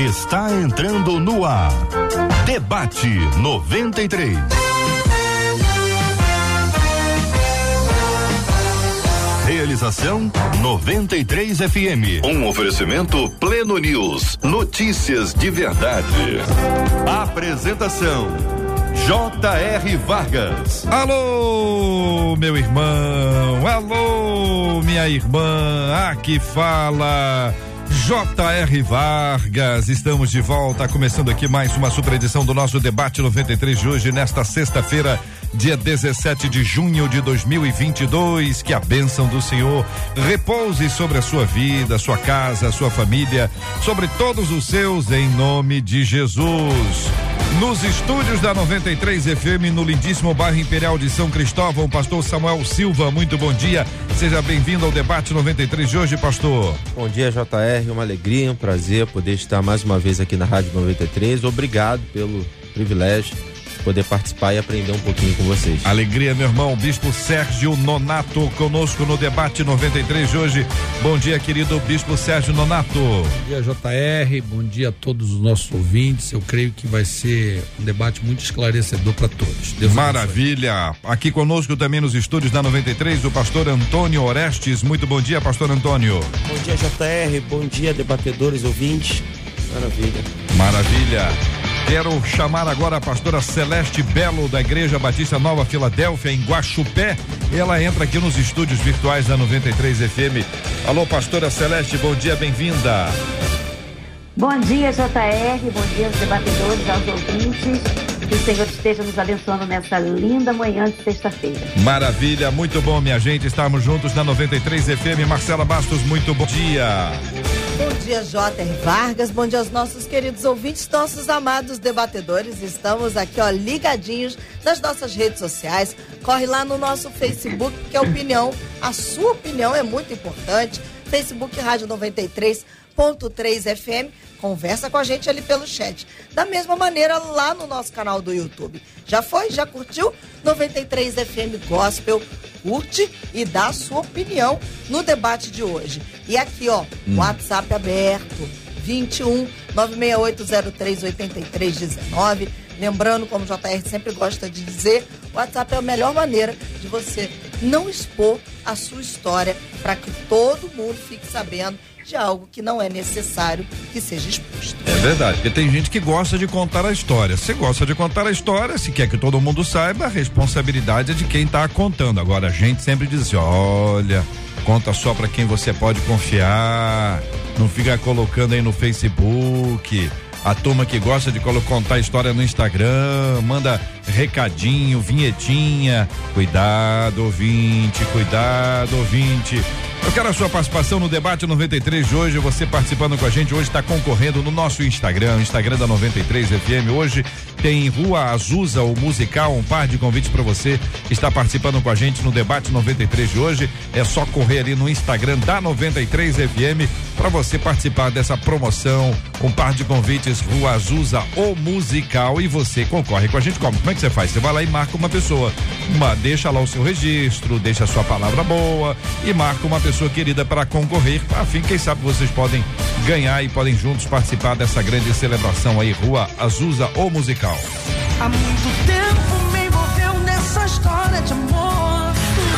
Está entrando no ar. Debate 93. Realização 93 FM. Um oferecimento Pleno News. Notícias de verdade. Apresentação J.R. Vargas. Alô, meu irmão. Alô, minha irmã. Aqui fala J.R. Vargas. Estamos de volta, começando aqui mais uma super edição do nosso Debate 93 de hoje, nesta sexta-feira, dia 17 de junho de 2022. Que a bênção do Senhor repouse sobre a sua vida, sua casa, sua família, sobre todos os seus, em nome de Jesus. Nos estúdios da 93 FM, no lindíssimo bairro Imperial de São Cristóvão, pastor Samuel Silva, muito bom dia. Seja bem-vindo ao Debate 93 de hoje, pastor. Bom dia, JR, uma alegria, um prazer poder estar mais uma vez aqui na Rádio 93. Obrigado pelo privilégio de poder participar e aprender um pouquinho com vocês. Alegria, meu irmão. Bispo Sérgio Nonato conosco no Debate 93 de hoje. Bom dia, querido Bispo Sérgio Nonato. Bom dia, JR, bom dia a todos os nossos ouvintes. Eu creio que vai ser um debate muito esclarecedor para todos. Deus Maravilha. abençoe. Aqui conosco também nos estúdios da 93, o pastor Antônio Orestes. Muito bom dia, pastor Antônio. Bom dia, JR, bom dia, debatedores, ouvintes. Maravilha. Maravilha. Quero chamar agora a pastora Celeste Belo, da Igreja Batista Nova Filadélfia, em Guaxupé. Ela entra aqui nos estúdios virtuais da 93 FM. Alô, pastora Celeste, bom dia, bem-vinda. Bom dia, JR, bom dia aos debatedores, aos ouvintes. Que o Senhor esteja nos abençoando nessa linda manhã de sexta-feira. Maravilha, muito bom, minha gente, estarmos juntos na 93 FM. Marcela Bastos, muito bom dia. Bom dia, J.R. Vargas, bom dia aos nossos queridos ouvintes, nossos amados debatedores. Estamos aqui, ó, ligadinhos nas nossas redes sociais. Corre lá no nosso Facebook, porque a opinião, a sua opinião é muito importante. Facebook Rádio 93.3 FM. Conversa com a gente ali pelo chat. Da mesma maneira, lá no nosso canal do YouTube. Já foi? Já curtiu? 93 FM Gospel. Curte e dá a sua opinião no debate de hoje. E aqui, ó, WhatsApp aberto, 21 96803 8319. Lembrando, como o JR sempre gosta de dizer, o WhatsApp é a melhor maneira de você não expor a sua história para que todo mundo fique sabendo de algo que não é necessário que seja exposto. É verdade, porque tem gente que gosta de contar a história. Se gosta de contar a história, se quer que todo mundo saiba, a responsabilidade é de quem está contando. Agora, a gente sempre diz assim, olha, conta só para quem você pode confiar, não fica colocando aí no Facebook. A turma que gosta de contar a história no Instagram, manda recadinho, vinhetinha. Cuidado, ouvinte, cuidado, ouvinte. Eu quero a sua participação no Debate 93 de hoje, você participando com a gente. Hoje está concorrendo no nosso Instagram, o Instagram da 93 FM. Hoje tem Rua Azusa, o musical, um par de convites para você que está participando com a gente no Debate 93 de hoje. É só correr ali no Instagram da 93 FM para você participar dessa promoção, um par de convites, Rua Azusa, o musical, e você concorre com a gente. Como é que você faz? Você vai lá e marca uma pessoa, deixa lá o seu registro, deixa a sua palavra boa e marca uma pessoa querida para concorrer, afim, quem sabe vocês podem ganhar e podem juntos participar dessa grande celebração aí, Rua Azusa, o musical. Há muito tempo me envolveu nessa história de amor.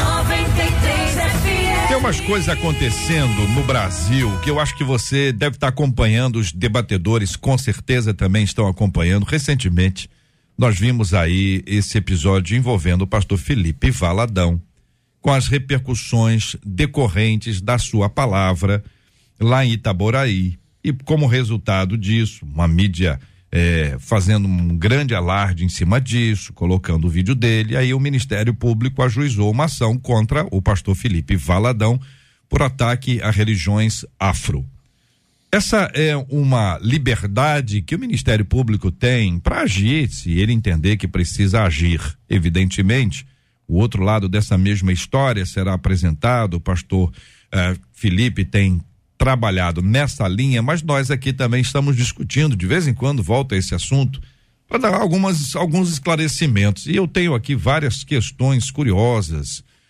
93 FM. Tem umas coisas acontecendo no Brasil que eu acho que você deve estar acompanhando, os debatedores com certeza também estão acompanhando. Recentemente nós vimos aí esse episódio envolvendo o pastor Felipe Valadão, com as repercussões decorrentes da sua palavra lá em Itaboraí. E como resultado disso, uma mídia fazendo um grande alarde em cima disso, colocando o vídeo dele, aí o Ministério Público ajuizou uma ação contra o pastor Felipe Valadão por ataque a religiões afro. Essa é uma liberdade que o Ministério Público tem para agir, se ele entender que precisa agir. Evidentemente, o outro lado dessa mesma história será apresentado. O pastor Felipe tem trabalhado nessa linha, mas nós aqui também estamos discutindo, de vez em quando volta esse assunto, para dar alguns esclarecimentos. E eu tenho aqui várias questões curiosas.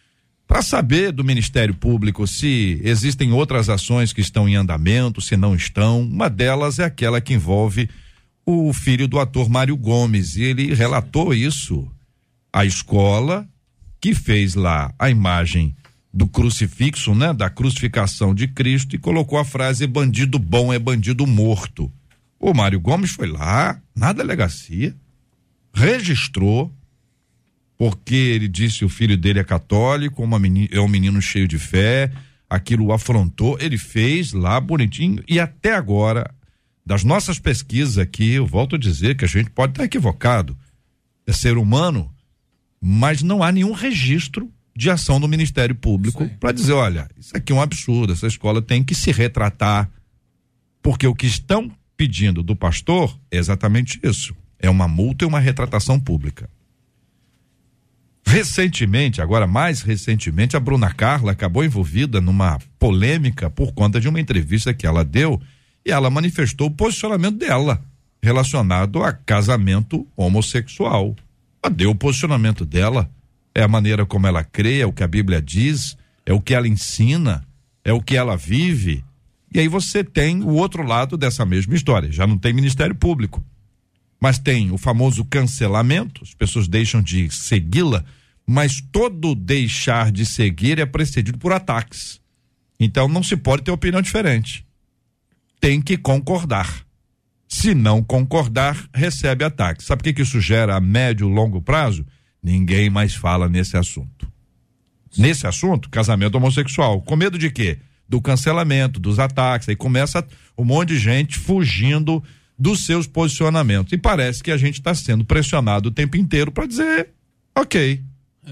para saber do Ministério Público se existem outras ações que estão em andamento, se não estão. Uma delas é aquela que envolve o filho do ator Mário Gomes, e ele relatou isso. A escola que fez lá a imagem do crucifixo, né, da crucificação de Cristo, e colocou a frase: bandido bom é bandido morto. O Mário Gomes foi lá na delegacia, registrou, porque ele disse que o filho dele é católico, é um menino cheio de fé, aquilo o afrontou, ele fez lá bonitinho, e até agora, das nossas pesquisas aqui, eu volto a dizer que a gente pode estar equivocado, é ser humano, mas não há nenhum registro de ação do Ministério Público para dizer, olha, isso aqui é um absurdo, essa escola tem que se retratar, porque o que estão pedindo do pastor é exatamente isso, é uma multa e uma retratação pública. Recentemente, agora mais recentemente, a Bruna Carla acabou envolvida numa polêmica por conta de uma entrevista que ela deu, e ela manifestou o posicionamento dela relacionado a casamento homossexual. Ela deu o posicionamento dela, é a maneira como ela crê, é o que a Bíblia diz, é o que ela ensina, é o que ela vive. E aí você tem o outro lado dessa mesma história, já não tem Ministério Público, mas tem o famoso cancelamento, as pessoas deixam de segui-la, mas todo deixar de seguir é precedido por ataques. Então não se pode ter opinião diferente. Tem que concordar. Se não concordar, recebe ataques. Sabe o que isso gera a médio e longo prazo? Ninguém mais fala nesse assunto. Nesse assunto, casamento homossexual. Com medo de quê? Do cancelamento, dos ataques. Aí começa um monte de gente fugindo dos seus posicionamentos. E parece que a gente está sendo pressionado o tempo inteiro para dizer, ok.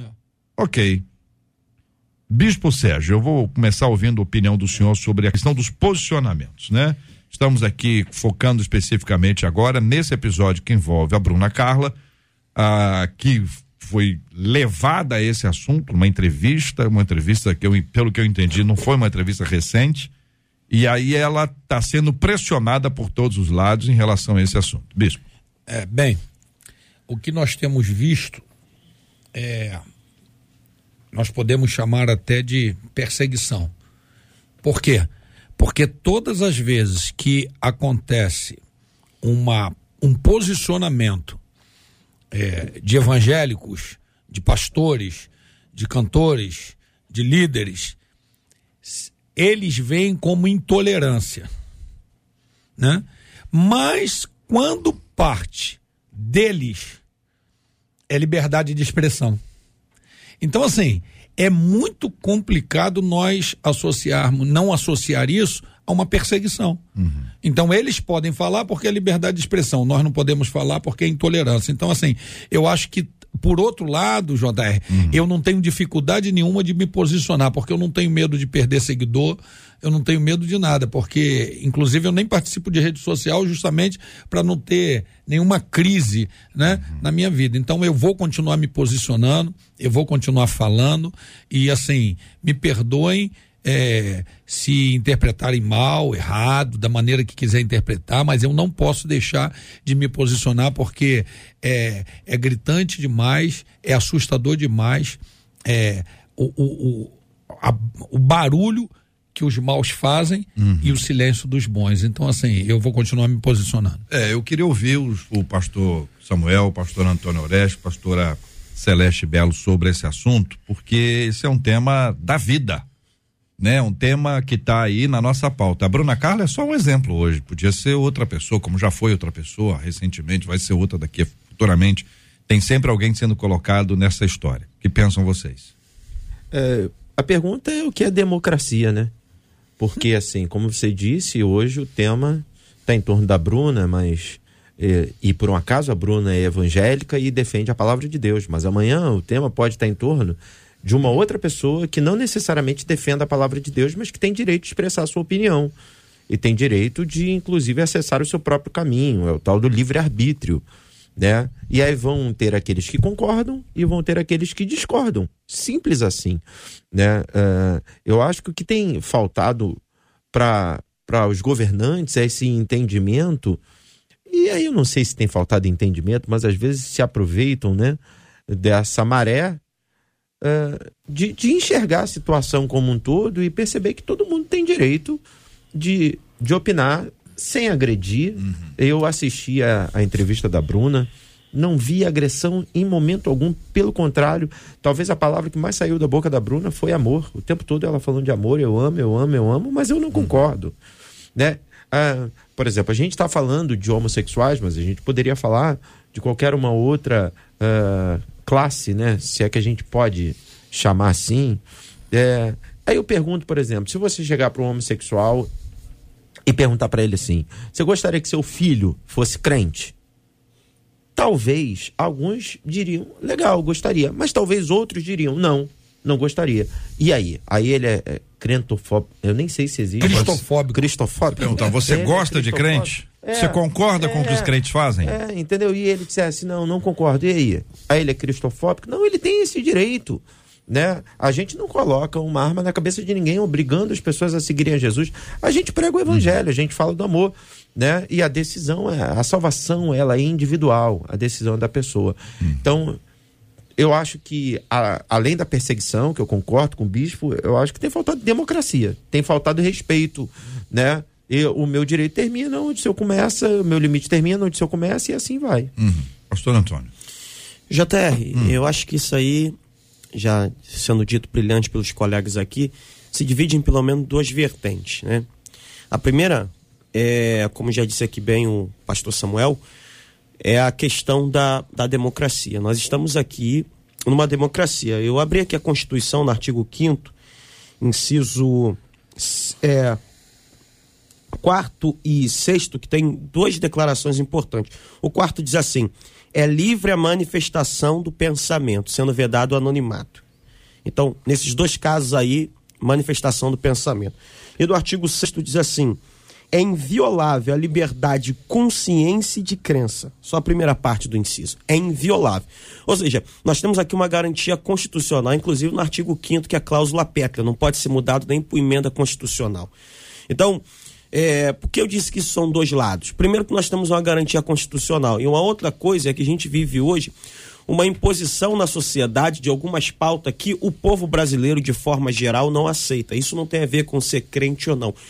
Bispo Sérgio, eu vou começar ouvindo a opinião do senhor sobre a questão dos posicionamentos, né? Estamos aqui focando especificamente agora nesse episódio que envolve a Bruna Carla, que foi levada a esse assunto, uma entrevista que pelo que eu entendi, não foi uma entrevista recente, e aí ela está sendo pressionada por todos os lados em relação a esse assunto. Bispo. Bem, o que nós temos visto nós podemos chamar até de perseguição. Por quê? Porque todas as vezes que acontece um posicionamento de evangélicos, de pastores, de cantores, de líderes, eles veem como intolerância, né? Mas quando parte deles é liberdade de expressão. Então, assim, é muito complicado nós não associar isso a uma perseguição. Uhum. Então, eles podem falar porque é liberdade de expressão, nós não podemos falar porque é intolerância. Então, assim, eu acho que, por outro lado, JR, eu não tenho dificuldade nenhuma de me posicionar, porque eu não tenho medo de perder seguidor, eu não tenho medo de nada, porque, inclusive, eu nem participo de rede social justamente para não ter nenhuma crise, né, na minha vida. Então, eu vou continuar me posicionando, eu vou continuar falando, e, assim, me perdoem se interpretarem mal, errado, da maneira que quiser interpretar, mas eu não posso deixar de me posicionar, porque é gritante demais, é assustador demais, o barulho que os maus fazem e o silêncio dos bons. Então, assim, eu vou continuar me posicionando. Eu queria ouvir o pastor Samuel, o pastor Antônio Oreste, a pastora Celeste Belo sobre esse assunto, porque esse é um tema da vida, né? Um tema que está aí na nossa pauta. A Bruna Carla é só um exemplo hoje, podia ser outra pessoa, como já foi outra pessoa recentemente, vai ser outra daqui futuramente. Tem sempre alguém sendo colocado nessa história. O que pensam vocês? A pergunta é o que é democracia, né? Porque, assim, como você disse, hoje o tema está em torno da Bruna, mas e por um acaso a Bruna é evangélica e defende a palavra de Deus, mas amanhã o tema pode estar em torno de uma outra pessoa que não necessariamente defenda a palavra de Deus, mas que tem direito de expressar a sua opinião e tem direito de, inclusive, acessar o seu próprio caminho, é o tal do livre-arbítrio, né? E aí vão ter aqueles que concordam e vão ter aqueles que discordam, simples assim, né? Eu acho que o que tem faltado para os governantes é esse entendimento, e aí eu não sei se tem faltado entendimento, mas às vezes se aproveitam, né, dessa maré de enxergar a situação como um todo e perceber que todo mundo tem direito de opinar sem agredir. Eu assisti a entrevista da Bruna, não vi agressão em momento algum, pelo contrário, talvez a palavra que mais saiu da boca da Bruna foi amor. O tempo todo ela falando de amor, eu amo, mas eu não concordo, né? Por exemplo, a gente está falando de homossexuais, mas a gente poderia falar de qualquer uma outra classe, né? Se é que a gente pode chamar assim. Aí eu pergunto, por exemplo, se você chegar para um homossexual e perguntar para ele assim: você gostaria que seu filho fosse crente? Talvez alguns diriam, legal, gostaria, mas talvez outros diriam, não gostaria. E aí? Aí ele é crentofóbico, eu nem sei se existe. Cristofóbico. Perguntar, você gosta de crente? Você concorda com o que os crentes fazem? Entendeu? E ele dissesse, não concordo, e aí? Aí ele é cristofóbico? Não, ele tem esse direito, né? A gente não coloca uma arma na cabeça de ninguém obrigando as pessoas a seguirem a Jesus. A gente prega o evangelho, a gente fala do amor, né? E a decisão, a salvação, ela é individual, a decisão é da pessoa. Então, eu acho que, além da perseguição, que eu concordo com o bispo, eu acho que tem faltado democracia, tem faltado respeito, né? O meu direito termina onde o seu começa, o meu limite termina onde o seu começa, e assim vai. Pastor Antônio. JR, eu acho que isso aí, já sendo dito brilhante pelos colegas aqui, se divide em pelo menos duas vertentes, né? A primeira como já disse aqui bem o pastor Samuel, é a questão da democracia. Nós estamos aqui numa democracia. Eu abri aqui a Constituição no artigo 5º, inciso 4º e 6º, que tem duas declarações importantes. O 4º diz assim: é livre a manifestação do pensamento, sendo vedado o anonimato. Então, nesses dois casos aí, manifestação do pensamento. E do artigo 6º diz assim: é inviolável a liberdade de consciência e de crença. Só a primeira parte do inciso. É inviolável. Ou seja, nós temos aqui uma garantia constitucional, inclusive no artigo 5º, que é a cláusula pétrea, não pode ser mudado nem por emenda constitucional. Então, por que eu disse que isso são dois lados? Primeiro, que nós temos uma garantia constitucional, e uma outra coisa é que a gente vive hoje uma imposição na sociedade de algumas pautas que o povo brasileiro, de forma geral, não aceita. Isso não tem a ver com ser crente ou não.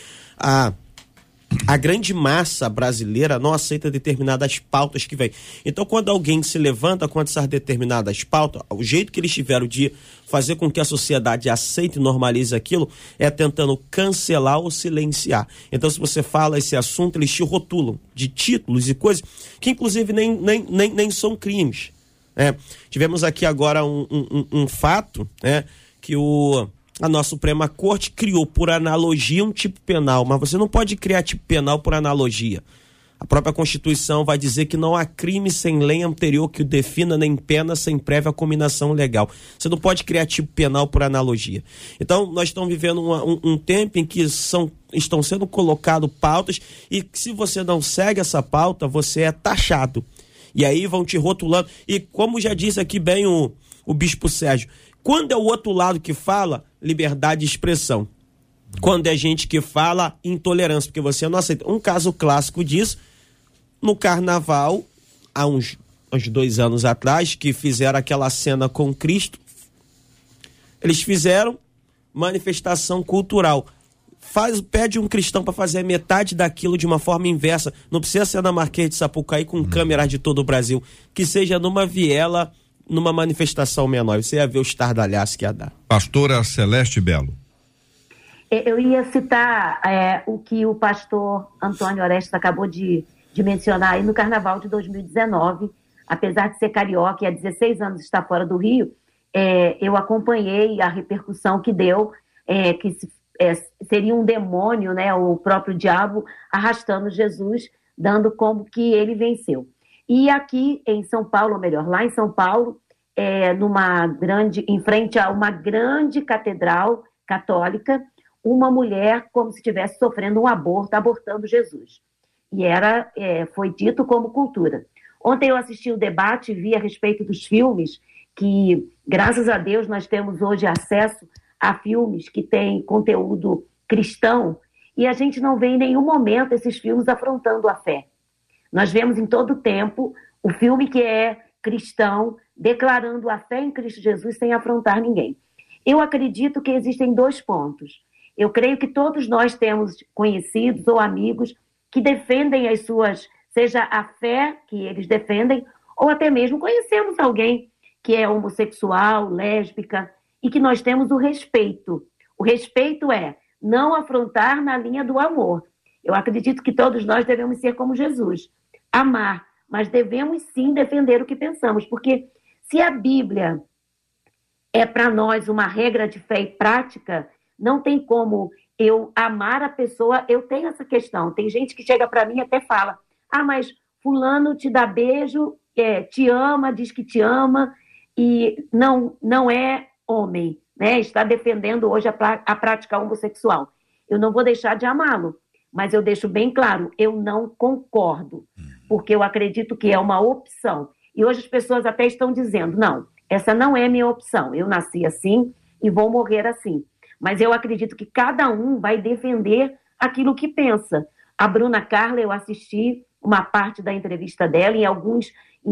A grande massa brasileira não aceita determinadas pautas que vêm. Então, quando alguém se levanta contra essas determinadas pautas, o jeito que eles tiveram de fazer com que a sociedade aceite e normalize aquilo é tentando cancelar ou silenciar. Então, se você fala esse assunto, eles te rotulam de títulos e coisas que, inclusive, nem são crimes. Tivemos aqui agora um fato, que a nossa Suprema Corte criou por analogia um tipo penal, mas você não pode criar tipo penal por analogia. A própria Constituição vai dizer que não há crime sem lei anterior que o defina, nem pena sem prévia cominação legal. Você não pode criar tipo penal por analogia. Então, nós estamos vivendo um tempo em que estão sendo colocadas pautas e que, se você não segue essa pauta, você é taxado. E aí vão te rotulando. E como já disse aqui bem o bispo Sérgio, quando é o outro lado que fala, liberdade de expressão. Quando é gente que fala, intolerância, porque você não aceita. Um caso clássico disso, no carnaval, há uns 2 anos atrás, que fizeram aquela cena com Cristo, eles fizeram manifestação cultural. Pede um cristão para fazer metade daquilo de uma forma inversa. Não precisa ser na Marquês de Sapucaí com câmeras de todo o Brasil. Que seja numa viela, numa manifestação menor. Você ia ver o estardalhaço que ia dar. Pastora Celeste Belo. Eu ia citar o que o pastor Antônio Orestes acabou de mencionar aí no Carnaval de 2019. Apesar de ser carioca e há 16 anos estar fora do Rio, eu acompanhei a repercussão que deu, seria um demônio, né, o próprio diabo arrastando Jesus, dando como que ele venceu. E aqui em São Paulo, ou melhor, lá em São Paulo, em frente a uma grande catedral católica, uma mulher como se estivesse sofrendo um aborto, abortando Jesus. E foi dito como cultura. Ontem eu assisti o debate e vi a respeito dos filmes, que graças a Deus nós temos hoje acesso a filmes que têm conteúdo cristão, e a gente não vê em nenhum momento esses filmes afrontando a fé. Nós vemos em todo tempo o filme que é cristão, declarando a fé em Cristo Jesus sem afrontar ninguém. Eu acredito que existem 2 pontos. Eu creio que todos nós temos conhecidos ou amigos que defendem as suas, seja a fé que eles defendem, ou até mesmo conhecemos alguém que é homossexual, lésbica, e que nós temos o respeito. O respeito é não afrontar na linha do amor. Eu acredito que todos nós devemos ser como Jesus, amar, mas devemos sim defender o que pensamos, porque se a Bíblia é para nós uma regra de fé e prática, não tem como eu amar a pessoa. Eu tenho essa questão, tem gente que chega para mim e até fala, mas fulano te dá beijo, te ama, diz que te ama, e não é homem, né? Está defendendo hoje a prática homossexual. Eu não vou deixar de amá-lo, mas eu deixo bem claro, eu não concordo, porque eu acredito que é uma opção. E hoje as pessoas até estão dizendo, não, essa não é minha opção, eu nasci assim e vou morrer assim. Mas eu acredito que cada um vai defender aquilo que pensa. A Bruna Carla, eu assisti uma parte da entrevista dela, em alguns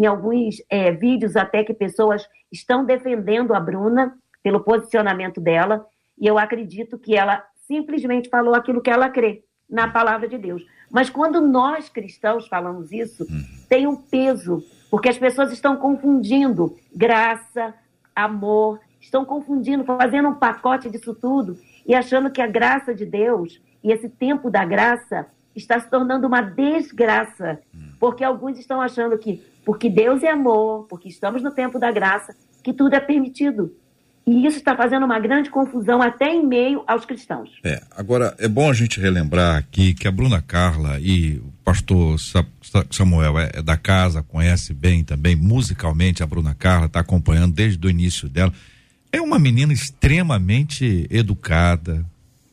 vídeos até que pessoas estão defendendo a Bruna pelo posicionamento dela, e eu acredito que ela simplesmente falou aquilo que ela crê na palavra de Deus. Mas quando nós cristãos falamos isso, tem um peso, porque as pessoas estão confundindo graça, amor, estão confundindo, fazendo um pacote disso tudo e achando que a graça de Deus e esse tempo da graça está se tornando uma desgraça, porque alguns estão achando que, porque Deus é amor, porque estamos no tempo da graça, que tudo é permitido. E isso está fazendo uma grande confusão até em meio aos cristãos. Agora, é bom a gente relembrar aqui que a Bruna Carla e o pastor Samuel é da casa, conhece bem também musicalmente a Bruna Carla, está acompanhando desde o início dela. É uma menina extremamente educada,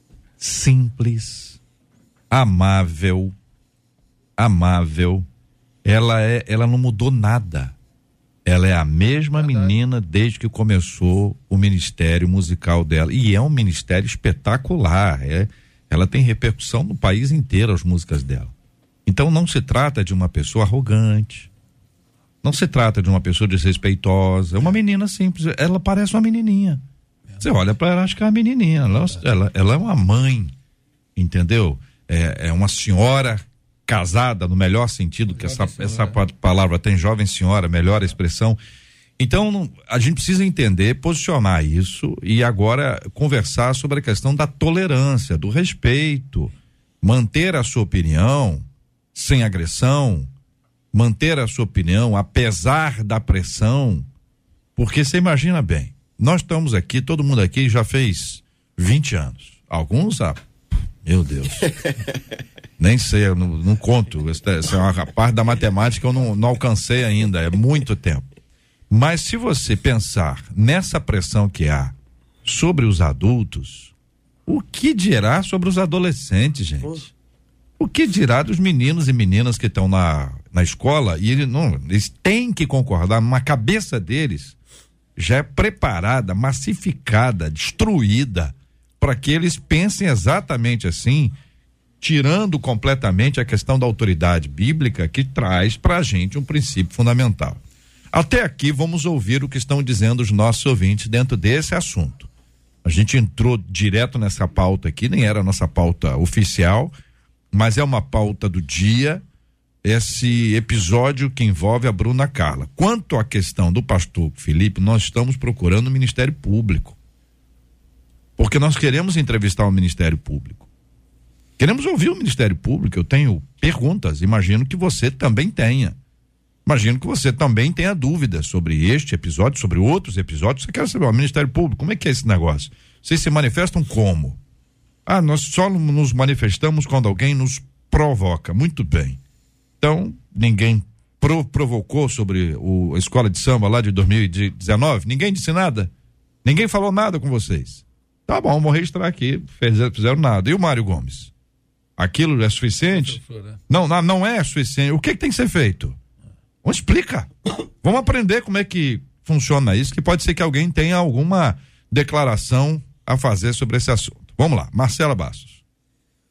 simples, amável. Ela não mudou nada. Ela é a mesma menina desde que começou o ministério musical dela. E é um ministério espetacular. Ela tem repercussão no país inteiro, as músicas dela. Então não se trata de uma pessoa arrogante. Não se trata de uma pessoa desrespeitosa. É uma menina simples. Ela parece uma menininha. Você olha para ela, acha que é uma menininha. Ela é uma mãe, entendeu? É uma senhora casada, no melhor sentido que essa palavra tem, jovem senhora, melhor expressão. Então, a gente precisa entender, posicionar isso e agora conversar sobre a questão da tolerância, do respeito, manter a sua opinião sem agressão, manter a sua opinião apesar da pressão, porque você imagina bem, nós estamos aqui, todo mundo aqui já fez 20 anos, alguns, meu Deus, nem sei, eu não conto, essa é uma parte da matemática eu não alcancei ainda, é muito tempo. Mas se você pensar nessa pressão que há sobre os adultos, o que dirá sobre os adolescentes, gente? O que dirá dos meninos e meninas que estão na escola e eles têm que concordar, na cabeça deles já é preparada, massificada, destruída para que eles pensem exatamente assim, tirando completamente a questão da autoridade bíblica que traz pra gente um princípio fundamental. Até aqui vamos ouvir o que estão dizendo os nossos ouvintes dentro desse assunto. A gente entrou direto nessa pauta aqui, nem era a nossa pauta oficial, mas é uma pauta do dia, esse episódio que envolve a Bruna Carla. Quanto à questão do pastor Felipe, nós estamos procurando o Ministério Público, porque nós queremos entrevistar o Ministério Público. Queremos ouvir o Ministério Público. Eu tenho perguntas, imagino que você também tenha. Imagino que você também tenha dúvidas sobre este episódio, sobre outros episódios. Você quer saber, o Ministério Público, como é que é esse negócio? Vocês se manifestam como? Nós só nos manifestamos quando alguém nos provoca. Muito bem. Então, ninguém provocou sobre a escola de samba lá de 2019? Ninguém disse nada? Ninguém falou nada com vocês? Tá bom, vou registrar aqui. Fizeram nada. E o Mário Gomes? Aquilo é suficiente? Não é suficiente. O que tem que ser feito? Vamos explicar. Vamos aprender como é que funciona isso, que pode ser que alguém tenha alguma declaração a fazer sobre esse assunto. Vamos lá, Marcela Bastos.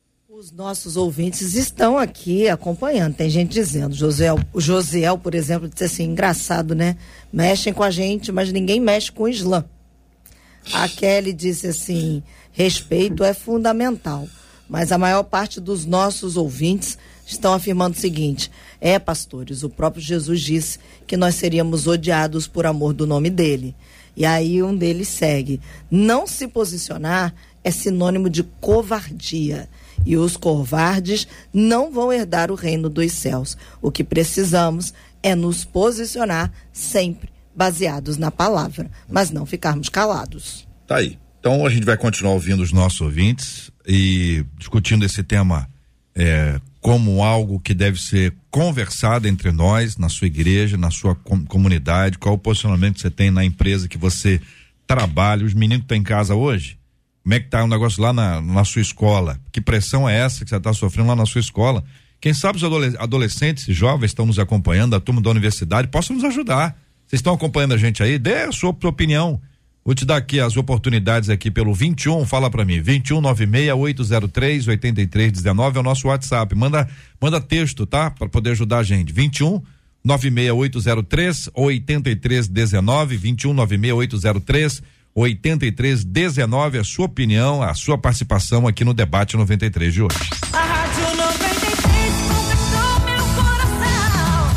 Os nossos ouvintes estão aqui acompanhando. Tem gente dizendo, o Josiel, por exemplo, disse assim, engraçado, né? Mexem com a gente, mas ninguém mexe com o Islã. A Kelly disse assim, respeito é fundamental. Mas a maior parte dos nossos ouvintes estão afirmando o seguinte, pastores, o próprio Jesus disse que nós seríamos odiados por amor do nome dele. E aí um deles segue, não se posicionar é sinônimo de covardia. E os covardes não vão herdar o reino dos céus. O que precisamos é nos posicionar sempre baseados na palavra, mas não ficarmos calados. Tá aí. Então a gente vai continuar ouvindo os nossos ouvintes e discutindo esse tema como algo que deve ser conversado entre nós, na sua igreja, na sua comunidade, qual o posicionamento que você tem na empresa que você trabalha. Os meninos que estão em casa hoje, como é que tá o negócio lá na sua escola? Que pressão é essa que você está sofrendo lá na sua escola? Quem sabe os adolescentes e jovens estão nos acompanhando, a turma da universidade, possam nos ajudar. Vocês estão acompanhando a gente aí? Dê a sua opinião. Vou te dar aqui as oportunidades aqui pelo 21, fala pra mim, 2196-803-8319 é o nosso WhatsApp. Manda texto, tá? Pra poder ajudar a gente. 21-96803-8319, 21-96803-8319, a sua opinião, a sua participação aqui no Debate 93 de hoje. A Rádio 93 conquistou meu coração.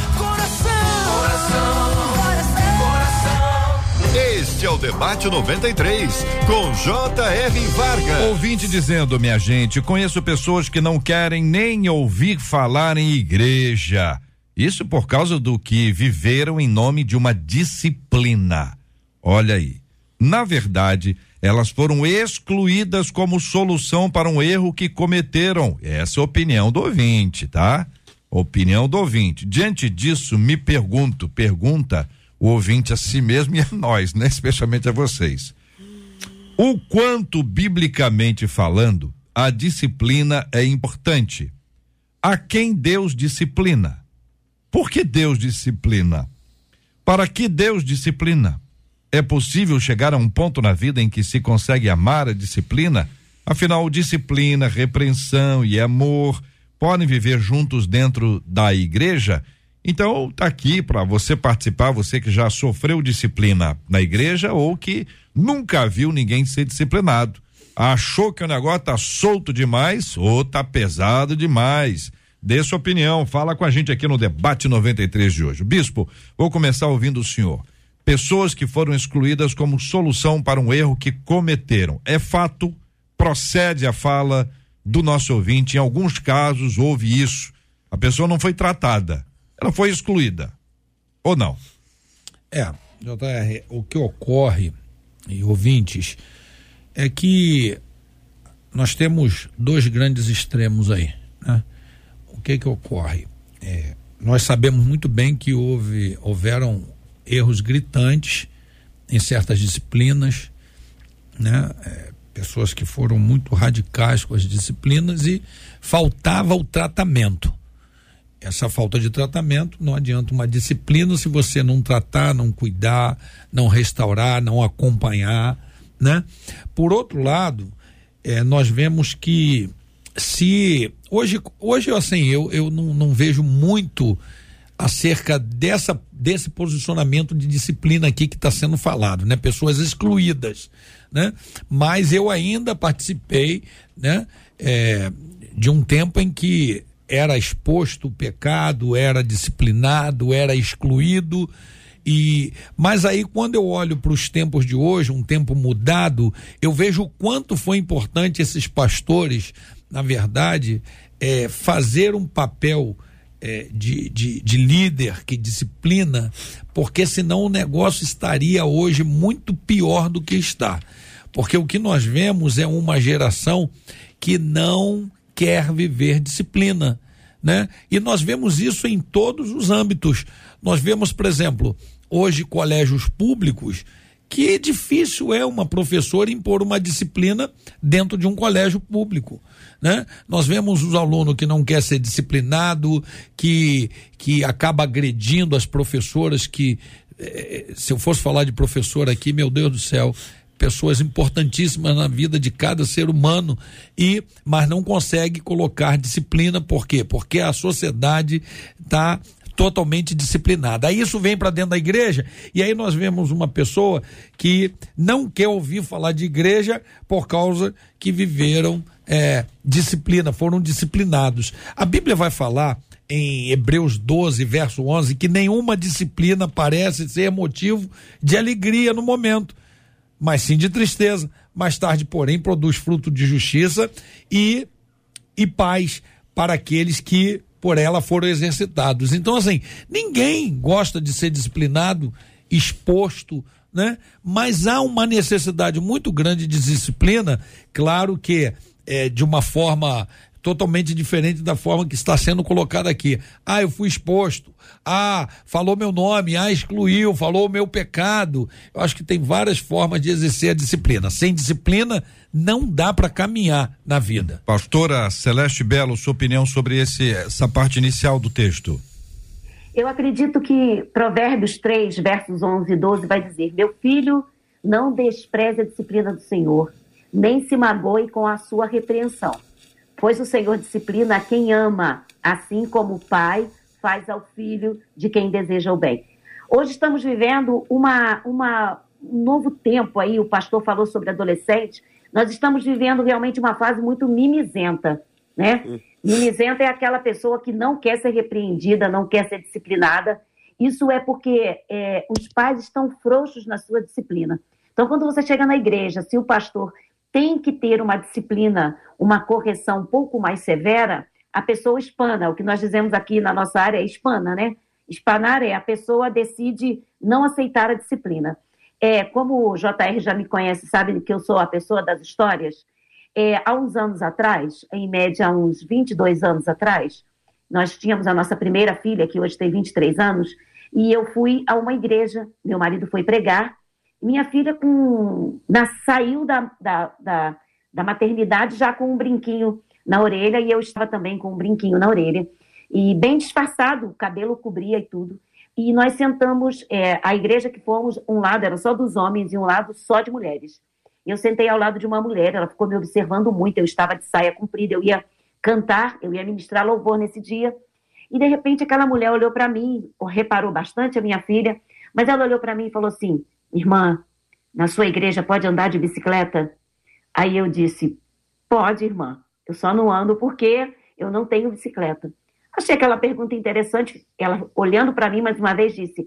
Este é o Debate 93, com J.R. Vargas. Ouvinte dizendo, minha gente, conheço pessoas que não querem nem ouvir falar em igreja. Isso por causa do que viveram em nome de uma disciplina. Olha aí. Na verdade, elas foram excluídas como solução para um erro que cometeram. Essa é a opinião do ouvinte, tá? Opinião do ouvinte. Diante disso, me pergunta o ouvinte a si mesmo e a nós, né? Especialmente a vocês. O quanto, biblicamente falando, a disciplina é importante. A quem Deus disciplina? Por que Deus disciplina? Para que Deus disciplina? É possível chegar a um ponto na vida em que se consegue amar a disciplina? Afinal, disciplina, repreensão e amor podem viver juntos dentro da igreja? Então, tá aqui para você participar, você que já sofreu disciplina na igreja ou que nunca viu ninguém ser disciplinado. Achou que o negócio tá solto demais ou tá pesado demais? Dê sua opinião, fala com a gente aqui no Debate 93 de hoje. Bispo, vou começar ouvindo o senhor. Pessoas que foram excluídas como solução para um erro que cometeram. É fato, procede a fala do nosso ouvinte, em alguns casos houve isso. A pessoa não foi tratada, ela foi excluída. Ou não? JR, o que ocorre, e ouvintes, é que nós temos dois grandes extremos aí, né? O que ocorre? Nós sabemos muito bem que houveram erros gritantes em certas disciplinas, né? Pessoas que foram muito radicais com as disciplinas e faltava o tratamento. Essa falta de tratamento, não adianta uma disciplina se você não tratar, não cuidar, não restaurar, não acompanhar, né? Por outro lado, nós vemos que se hoje assim, eu não vejo muito acerca desse posicionamento de disciplina aqui que está sendo falado, né? Pessoas excluídas, né? Mas eu ainda participei, né? De um tempo em que era exposto o pecado, era disciplinado, era excluído, mas aí quando eu olho para os tempos de hoje, um tempo mudado, eu vejo o quanto foi importante esses pastores, na verdade, fazer um papel de líder que disciplina, porque senão o negócio estaria hoje muito pior do que está, porque o que nós vemos é uma geração que não quer viver disciplina, né? E nós vemos isso em todos os âmbitos. Nós vemos, por exemplo, hoje colégios públicos, que difícil é uma professora impor uma disciplina dentro de um colégio público, né? Nós vemos os alunos que não quer ser disciplinado, que acaba agredindo as professoras, que se eu fosse falar de professor aqui, meu Deus do céu, pessoas importantíssimas na vida de cada ser humano, mas não consegue colocar disciplina. Por quê? Porque a sociedade está totalmente disciplinada. Aí isso vem para dentro da igreja, e aí nós vemos uma pessoa que não quer ouvir falar de igreja por causa que viveram disciplina, foram disciplinados. A Bíblia vai falar em Hebreus 12, verso 11, que nenhuma disciplina parece ser motivo de alegria no momento, mas sim de tristeza. Mais tarde, porém, produz fruto de justiça e paz para aqueles que por ela foram exercitados. Então, assim, ninguém gosta de ser disciplinado, exposto, né? Mas há uma necessidade muito grande de disciplina, claro que de uma forma totalmente diferente da forma que está sendo colocada aqui. Eu fui exposto, falou meu nome, excluiu, falou o meu pecado. Eu acho que tem várias formas de exercer a disciplina. Sem disciplina não dá para caminhar na vida. Pastora Celeste Belo, sua opinião sobre essa parte inicial do texto? Eu acredito que Provérbios 3, versos 11 e 12 vai dizer: meu filho, não despreze a disciplina do Senhor, nem se magoe com a sua repreensão. Pois o Senhor disciplina a quem ama, assim como o pai faz ao filho de quem deseja o bem. Hoje estamos vivendo um novo tempo aí, o pastor falou sobre adolescente, nós estamos vivendo realmente uma fase muito mimizenta, né? Mimizenta é aquela pessoa que não quer ser repreendida, não quer ser disciplinada. Isso é porque os pais estão frouxos na sua disciplina. Então, quando você chega na igreja, se o pastor tem que ter uma disciplina, uma correção um pouco mais severa, a pessoa espana. O que nós dizemos aqui na nossa área é espana, né? Espanar a pessoa decide não aceitar a disciplina. Como o JR já me conhece, sabe que eu sou a pessoa das histórias, há uns anos atrás, em média há uns 22 anos atrás, nós tínhamos a nossa primeira filha, que hoje tem 23 anos, e eu fui a uma igreja, meu marido foi pregar, minha filha saiu da maternidade já com um brinquinho na orelha, e eu estava também com um brinquinho na orelha, e bem disfarçado, o cabelo cobria e tudo. E nós sentamos, a igreja que fomos, um lado era só dos homens e um lado só de mulheres. Eu sentei ao lado de uma mulher, ela ficou me observando muito, eu estava de saia comprida, eu ia cantar, eu ia ministrar louvor nesse dia, e de repente aquela mulher olhou para mim, reparou bastante a minha filha, mas ela olhou para mim e falou assim: irmã, na sua igreja pode andar de bicicleta? Aí eu disse: pode, irmã, eu só não ando porque eu não tenho bicicleta. Achei aquela pergunta interessante, ela olhando para mim mais uma vez disse: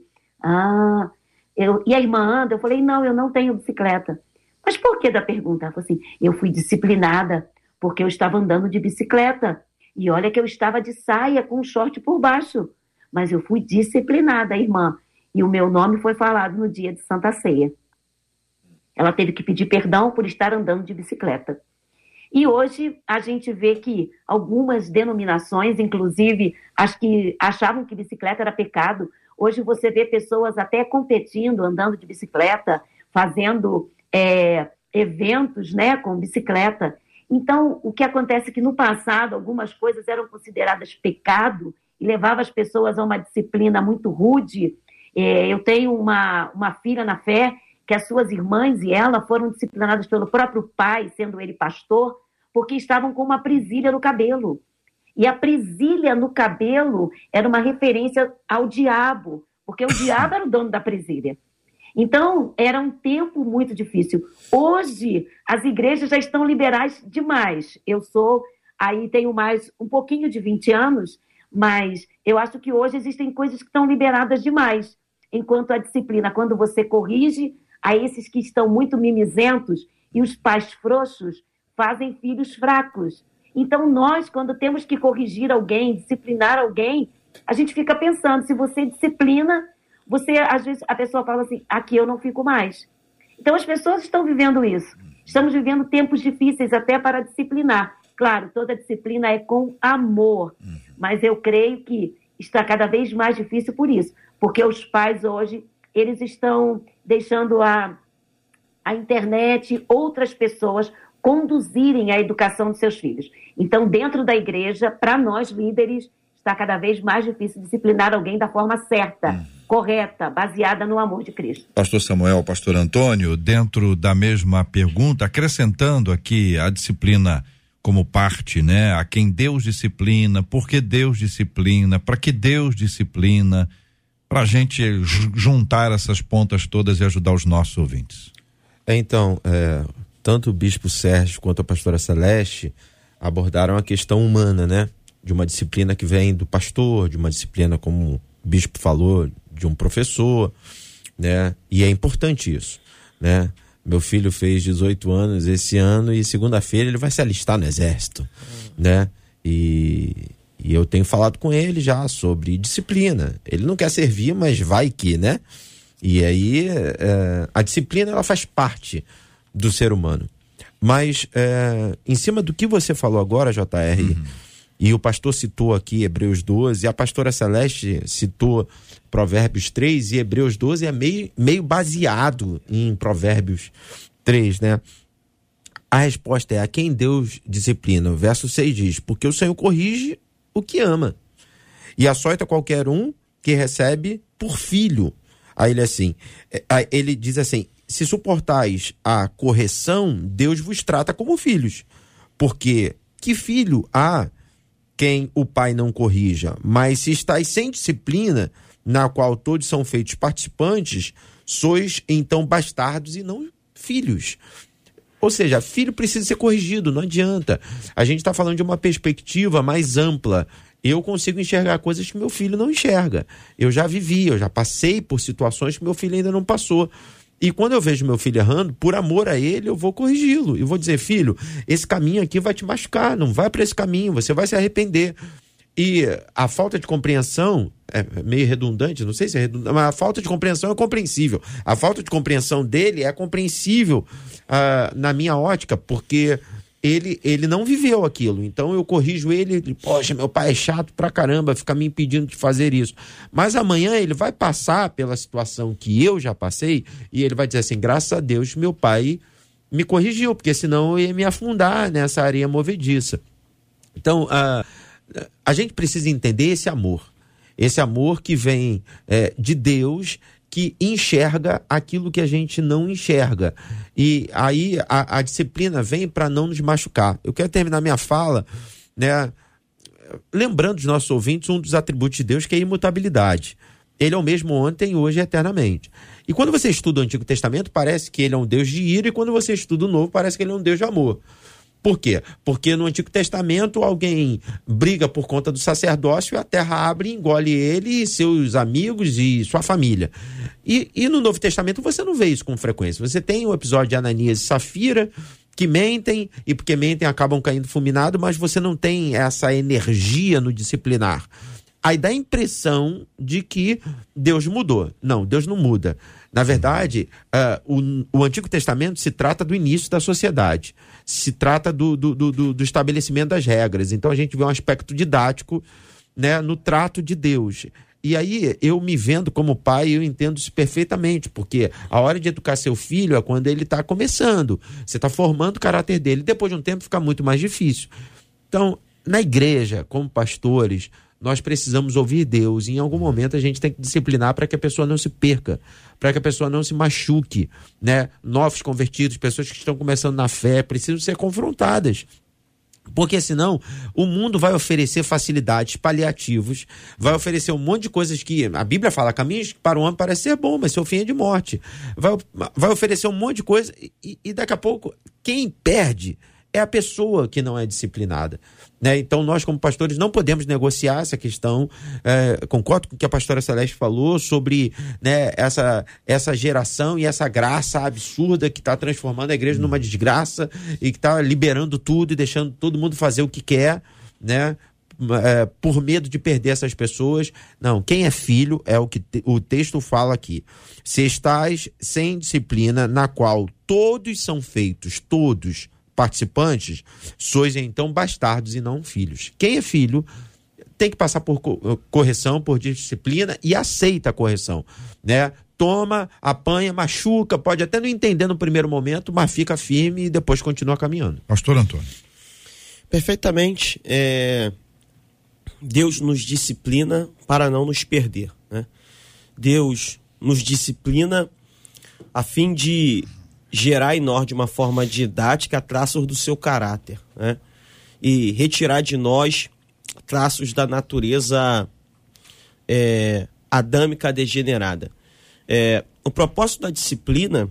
e a irmã anda? Eu falei: não, eu não tenho bicicleta. Mas por que da pergunta? Ela falou assim: eu fui disciplinada porque eu estava andando de bicicleta, e olha que eu estava de saia com um short por baixo, mas eu fui disciplinada, irmã, e o meu nome foi falado no dia de Santa Ceia. Ela teve que pedir perdão por estar andando de bicicleta. E hoje a gente vê que algumas denominações, inclusive as que achavam que bicicleta era pecado, hoje você vê pessoas até competindo, andando de bicicleta, fazendo eventos, né, com bicicleta. Então, o que acontece é que no passado algumas coisas eram consideradas pecado e levavam as pessoas a uma disciplina muito rude. Eu tenho uma filha na fé que as suas irmãs e ela foram disciplinadas pelo próprio pai, sendo ele pastor, porque estavam com uma presilha no cabelo. E a presilha no cabelo era uma referência ao diabo, porque o diabo era o dono da presilha. Então, era um tempo muito difícil. Hoje, as igrejas já estão liberais demais. Tenho mais um pouquinho de 20 anos, mas eu acho que hoje existem coisas que estão liberadas demais. Enquanto a disciplina, quando você corrige a esses que estão muito mimizentos e os pais frouxos, fazem filhos fracos. Então, nós, quando temos que corrigir alguém, disciplinar alguém, a gente fica pensando, se você disciplina, às vezes, a pessoa fala assim: aqui eu não fico mais. Então, as pessoas estão vivendo isso. Estamos vivendo tempos difíceis até para disciplinar. Claro, toda disciplina é com amor, mas eu creio que está cada vez mais difícil por isso, porque os pais hoje, eles estão deixando a internet, outras pessoas conduzirem a educação dos seus filhos. Então, dentro da igreja, para nós líderes, está cada vez mais difícil disciplinar alguém da forma certa, correta, baseada no amor de Cristo. Pastor Samuel, pastor Antônio, dentro da mesma pergunta, acrescentando aqui a disciplina como parte, né? A quem Deus disciplina, por que Deus disciplina, para que Deus disciplina, para a gente juntar essas pontas todas e ajudar os nossos ouvintes. Então, tanto o bispo Sérgio quanto a pastora Celeste abordaram a questão humana, né? De uma disciplina que vem do pastor, de uma disciplina, como o bispo falou, de um professor, né? E é importante isso, né? Meu filho fez 18 anos esse ano e segunda-feira ele vai se alistar no exército, né? E eu tenho falado com ele já sobre disciplina. Ele não quer servir, mas vai que, né? E aí a disciplina, ela faz parte do ser humano. Mas em cima do que você falou agora, JR, e o pastor citou aqui Hebreus 12, e a pastora Celeste citou Provérbios 3, e Hebreus 12 é meio baseado em Provérbios 3, né? A resposta é: a quem Deus disciplina. O verso 6 diz: porque o Senhor corrige o que ama, e açoita qualquer um que recebe por filho. Aí ele diz assim: se suportais a correção, Deus vos trata como filhos. Porque que filho há quem o pai não corrija? Mas se estáis sem disciplina, na qual todos são feitos participantes, sois então bastardos e não filhos. Ou seja, filho precisa ser corrigido, não adianta. A gente está falando de uma perspectiva mais ampla. Eu consigo enxergar coisas que meu filho não enxerga. Eu já vivi, eu já passei por situações que meu filho ainda não passou. E quando eu vejo meu filho errando, por amor a ele, eu vou corrigi-lo. Eu vou dizer: filho, esse caminho aqui vai te machucar, não vai para esse caminho, você vai se arrepender. E a falta de compreensão, é meio redundante, não sei se é redundante, mas a falta de compreensão é compreensível. A falta de compreensão dele é compreensível na minha ótica, porque ele não viveu aquilo. Então eu corrijo ele: poxa, meu pai é chato pra caramba, fica me impedindo de fazer isso. Mas amanhã ele vai passar pela situação que eu já passei e ele vai dizer assim: graças a Deus meu pai me corrigiu, porque senão eu ia me afundar nessa areia movediça. Então a gente precisa entender esse amor que vem de Deus, que enxerga aquilo que a gente não enxerga. E aí a disciplina vem para não nos machucar. Eu quero terminar minha fala, né, lembrando os nossos ouvintes um dos atributos de Deus, que é a imutabilidade. Ele é o mesmo ontem, hoje e eternamente. E quando você estuda o Antigo Testamento, parece que ele é um Deus de ira, e quando você estuda o Novo, parece que ele é um Deus de amor. Por quê? Porque no Antigo Testamento alguém briga por conta do sacerdócio e a terra abre e engole ele e seus amigos e sua família. E no Novo Testamento você não vê isso com frequência. Você tem o episódio de Ananias e Safira, que mentem, e porque mentem acabam caindo fulminados, mas você não tem essa energia no disciplinar. Aí dá a impressão de que Deus mudou. Não, Deus não muda. Na verdade, o Antigo Testamento se trata do início da sociedade, se trata do estabelecimento das regras. Então a gente vê um aspecto didático, né, no trato de Deus. E aí eu me vendo como pai, eu entendo isso perfeitamente, porque a hora de educar seu filho é quando ele está começando, você está formando o caráter dele, depois de um tempo fica muito mais difícil. Então, na igreja, como pastores, nós precisamos ouvir Deus, e em algum momento a gente tem que disciplinar para que a pessoa não se perca, para que a pessoa não se machuque, né? Novos convertidos, pessoas que estão começando na fé, precisam ser confrontadas. Porque senão o mundo vai oferecer facilidades, paliativos, vai oferecer um monte de coisas que a Bíblia fala: caminhos que para o homem parece ser bom, mas seu fim é de morte. Vai oferecer um monte de coisa e daqui a pouco quem perde é a pessoa que não é disciplinada, né? Então nós, como pastores, não podemos negociar essa questão. Concordo com o que a pastora Celeste falou sobre, né, essa geração e essa graça absurda que está transformando a igreja numa desgraça e que está liberando tudo e deixando todo mundo fazer o que quer, né? Por medo de perder essas pessoas. Não, quem é filho é o que o texto fala aqui: se estais sem disciplina, na qual todos são feitos, todos participantes, sois então bastardos e não filhos. Quem é filho tem que passar por correção, por disciplina, e aceita a correção, né? Toma, apanha, machuca, pode até não entender no primeiro momento, mas fica firme e depois continua caminhando. Pastor Antônio. Perfeitamente. Deus nos disciplina para não nos perder, né? Deus nos disciplina a fim de gerar em nós, de uma forma didática, traços do seu caráter, né? E retirar de nós traços da natureza adâmica degenerada. O propósito da disciplina,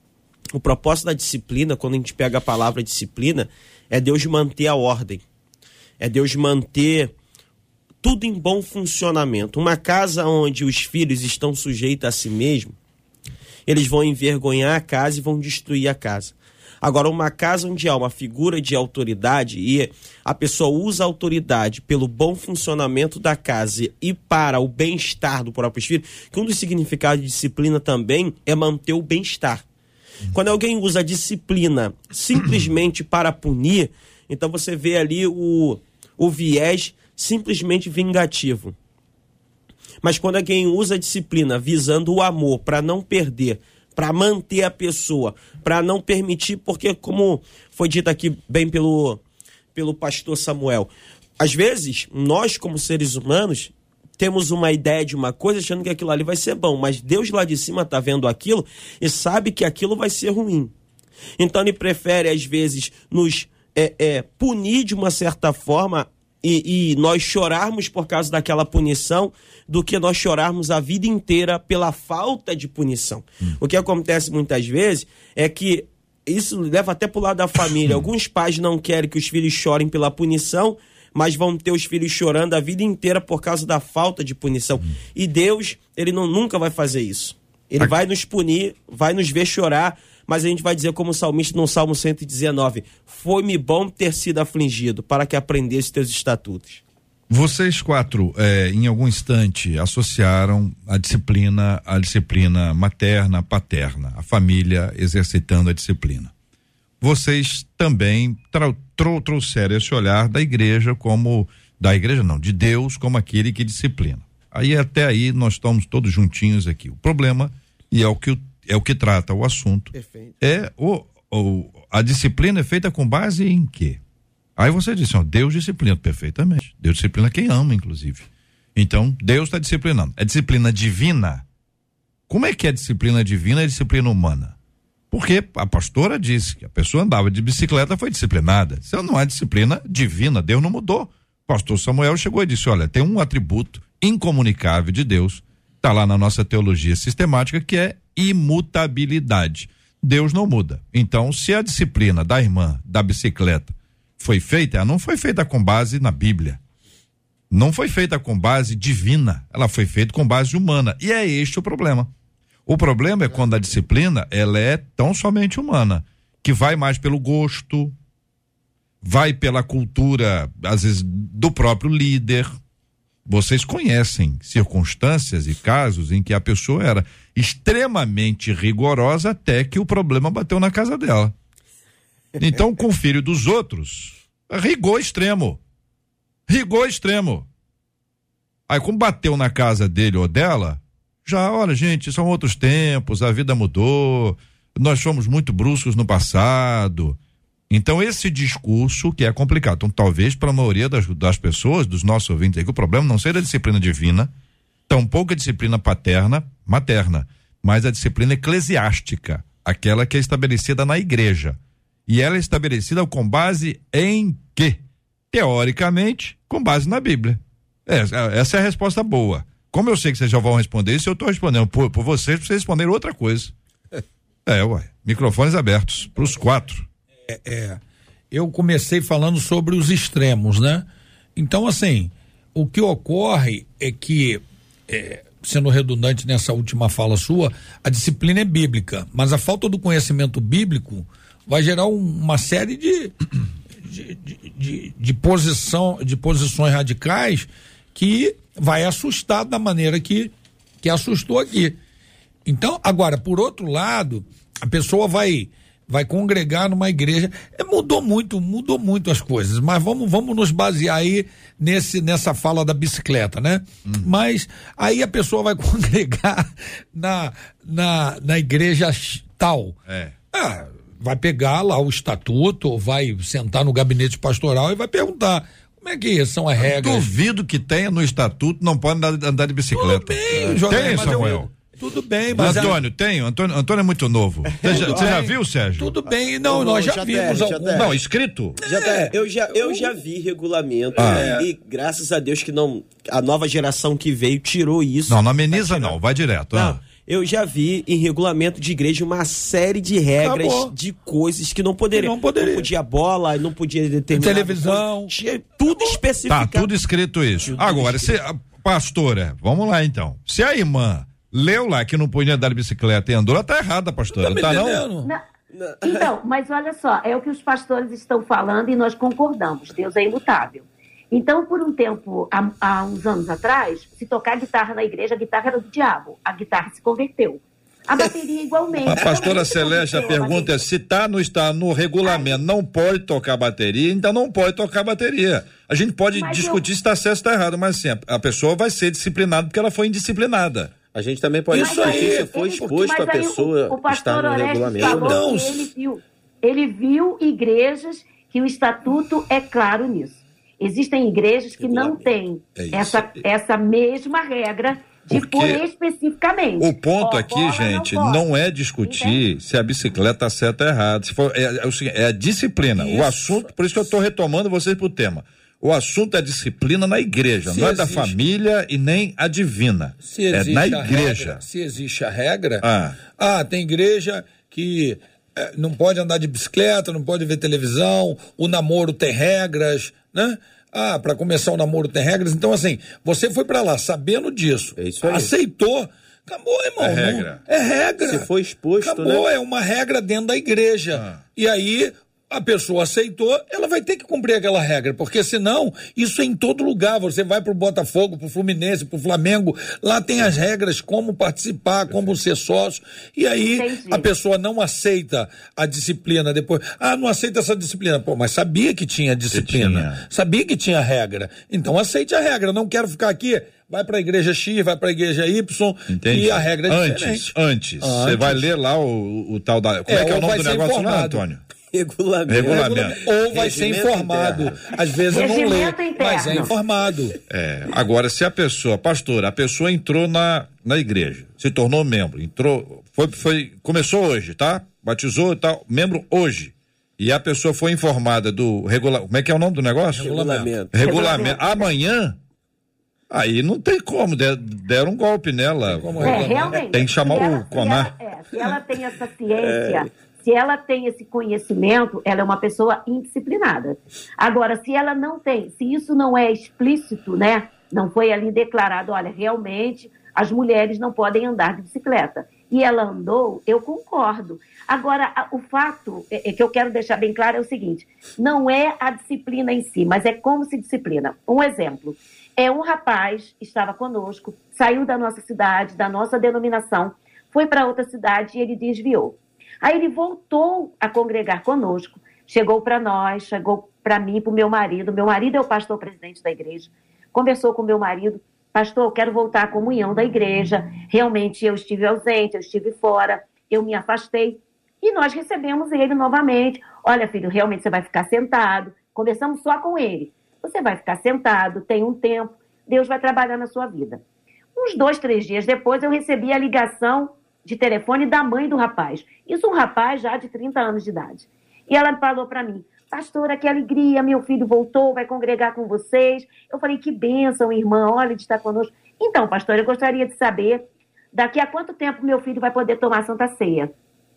quando a gente pega a palavra disciplina, é Deus manter a ordem, é Deus manter tudo em bom funcionamento. Uma casa onde os filhos estão sujeitos a si mesmos, eles vão envergonhar a casa e vão destruir a casa. Agora, uma casa onde há uma figura de autoridade e a pessoa usa a autoridade pelo bom funcionamento da casa e para o bem-estar do próprio filho, que um dos significados de disciplina também é manter o bem-estar. Quando alguém usa a disciplina simplesmente para punir, então você vê ali o viés simplesmente vingativo. Mas quando alguém usa a disciplina visando o amor para não perder, para manter a pessoa, para não permitir, porque como foi dito aqui bem pelo pastor Samuel, às vezes nós como seres humanos temos uma ideia de uma coisa achando que aquilo ali vai ser bom, mas Deus lá de cima está vendo aquilo e sabe que aquilo vai ser ruim. Então ele prefere às vezes nos punir de uma certa forma e nós chorarmos por causa daquela punição do que nós chorarmos a vida inteira pela falta de punição. O que acontece muitas vezes é que isso leva até para o lado da família. Alguns pais não querem que os filhos chorem pela punição, mas vão ter os filhos chorando a vida inteira por causa da falta de punição. E Deus, ele nunca vai fazer isso. Ele vai nos punir, vai nos ver chorar, mas a gente vai dizer como o salmista no Salmo 119, foi-me bom ter sido afligido para que aprendesse teus estatutos. Vocês quatro, em algum instante, associaram a disciplina materna, paterna, a família exercitando a disciplina. Vocês também trouxeram esse olhar da igreja de Deus como aquele que disciplina. Aí até aí nós estamos todos juntinhos aqui. O problema, e é o que trata o assunto, perfeito, a disciplina é feita com base em quê? Aí você disse, Deus disciplina perfeitamente. Deus disciplina quem ama, inclusive. Então, Deus está disciplinando. É disciplina divina? Como é que é disciplina divina e disciplina humana? Porque a pastora disse que a pessoa andava de bicicleta, foi disciplinada. Isso não é disciplina divina, Deus não mudou. O pastor Samuel chegou e disse, olha, tem um atributo incomunicável de Deus, está lá na nossa teologia sistemática, que é imutabilidade. Deus não muda. Então, se a disciplina da irmã da bicicleta foi feita, ela não foi feita com base na Bíblia. Não foi feita com base divina. Ela foi feita com base humana. E é este o problema. O problema é quando a disciplina, ela é tão somente humana, que vai mais pelo gosto, vai pela cultura, às vezes, do próprio líder. Vocês conhecem circunstâncias e casos em que a pessoa era extremamente rigorosa até que o problema bateu na casa dela. Então, com o filho dos outros, rigor extremo. Aí, como bateu na casa dele ou dela, olha, gente, são outros tempos, a vida mudou, nós fomos muito bruscos no passado. Então, esse discurso que é complicado. Então, talvez para a maioria das pessoas, dos nossos ouvintes aí, que o problema não seja a disciplina divina, tampouco a disciplina materna, mas a disciplina eclesiástica, aquela que é estabelecida na igreja. E ela é estabelecida com base em quê? Teoricamente, com base na Bíblia. Essa é a resposta boa. Como eu sei que vocês já vão responder isso, eu estou respondendo por vocês, para vocês responderem outra coisa. Microfones abertos para os quatro. Eu comecei falando sobre os extremos, né? Então, assim, o que ocorre é que, sendo redundante nessa última fala sua, a disciplina é bíblica, mas a falta do conhecimento bíblico vai gerar uma série de posições radicais que vai assustar da maneira que assustou aqui. Então, agora, por outro lado, a pessoa vai congregar numa igreja. Mudou muito as coisas, mas vamos nos basear aí nessa fala da bicicleta, né? Mas aí a pessoa vai congregar na igreja tal. Vai pegar lá o estatuto, ou vai sentar no gabinete pastoral e vai perguntar: Como é que são as regras? Duvido que tenha no estatuto, não pode andar de bicicleta. Tudo bem, tem, Samuel? Tudo bem, mas... Antônio, tem? Antônio é muito novo. Você já viu, Sérgio? Tudo bem, não, nós já vimos algum. Não, escrito? Eu já vi regulamento e graças a Deus que não, a nova geração que veio tirou isso. Não ameniza não, vai direto. Não, eu já vi em regulamento de igreja uma série de regras, de coisas que não poderiam. Não podia bola, não podia determinar. Televisão. Tinha tudo especificado. Tá, tudo escrito isso. Agora, pastora, vamos lá então. Se a irmã leu lá que não podia andar de bicicleta e andou, ela tá errada, pastora. Não tá não? Então, mas olha só, é o que os pastores estão falando e nós concordamos. Deus é imutável. Então, por um tempo, há uns anos atrás, se tocar guitarra na igreja, a guitarra era do diabo. A guitarra se converteu. A bateria igualmente. A pastora Celeste, a pergunta é, se está no regulamento, não pode tocar bateria, então não pode tocar bateria. A gente pode discutir se está certo ou está errado, mas sempre a pessoa vai ser disciplinada porque ela foi indisciplinada. A gente também pode discutir se foi exposto a pessoa estar no regulamento. Falou que ele viu igrejas que o estatuto é claro nisso. Existem igrejas que não têm essa mesma regra de pôr especificamente. O ponto aqui, gente, não é discutir se a bicicleta está certa ou errada. Se for, é a disciplina. Isso. O assunto, por isso que eu estou retomando vocês para o tema. O assunto é a disciplina na igreja, não é da família e nem a divina. É na igreja. Se existe a regra, tem igreja que não pode andar de bicicleta, não pode ver televisão, o namoro tem regras, né? Para começar o namoro tem regras. Então, assim, você foi para lá sabendo disso, aceitou, acabou, irmão. É regra. É regra. Se foi exposto, acabou, né? É uma regra dentro da igreja. E aí a pessoa aceitou, ela vai ter que cumprir aquela regra, porque senão, isso é em todo lugar. Você vai pro Botafogo, pro Fluminense, pro Flamengo, lá tem as regras, como participar, como ser sócio, e aí a pessoa não aceita a disciplina depois. Não aceita essa disciplina. Pô, mas sabia que tinha disciplina, sabia que tinha regra, então aceite a regra. Não quero ficar aqui, vai para a igreja X, vai para a igreja Y. Entendi. E a regra é diferente. Antes. Você vai ler lá o tal da... Como é que é o nome do negócio lá, Antônio? Regulamento. Ou vai ser informado. Às vezes eu não lê, mas é informado. Agora, se a pessoa, pastora, a pessoa entrou na igreja, se tornou membro, começou hoje, tá? Batizou e tal, membro hoje. E a pessoa foi informada do regulamento. Como é que é o nome do negócio? Regulamento. Amanhã, aí não tem como, deram um golpe nela. Realmente. Tem que chamar o CONAR. Se ela tem essa ciência, se ela tem esse conhecimento, ela é uma pessoa indisciplinada. Agora, se ela não tem, se isso não é explícito, né? Não foi ali declarado, olha, realmente as mulheres não podem andar de bicicleta. E ela andou, eu concordo. Agora, o fato que eu quero deixar bem claro é o seguinte, não é a disciplina em si, mas é como se disciplina. Um exemplo, um rapaz estava conosco, saiu da nossa cidade, da nossa denominação, foi para outra cidade e ele desviou. Aí ele voltou a congregar conosco, chegou para nós, chegou para mim, para o meu marido. Meu marido é o pastor presidente da igreja. Conversou com o meu marido, pastor, eu quero voltar à comunhão da igreja. Realmente eu estive ausente, eu estive fora, eu me afastei. E nós recebemos ele novamente. Olha, filho, realmente você vai ficar sentado. Conversamos só com ele. Você vai ficar sentado, tem um tempo, Deus vai trabalhar na sua vida. Uns 2, 3 dias depois eu recebi a ligação de telefone da mãe do rapaz. Isso um rapaz já de 30 anos de idade. E ela falou para mim, pastora, que alegria, meu filho voltou, vai congregar com vocês. Eu falei, que bênção, irmã, olha de estar conosco. Então, pastora, eu gostaria de saber, daqui a quanto tempo meu filho vai poder tomar Santa Ceia?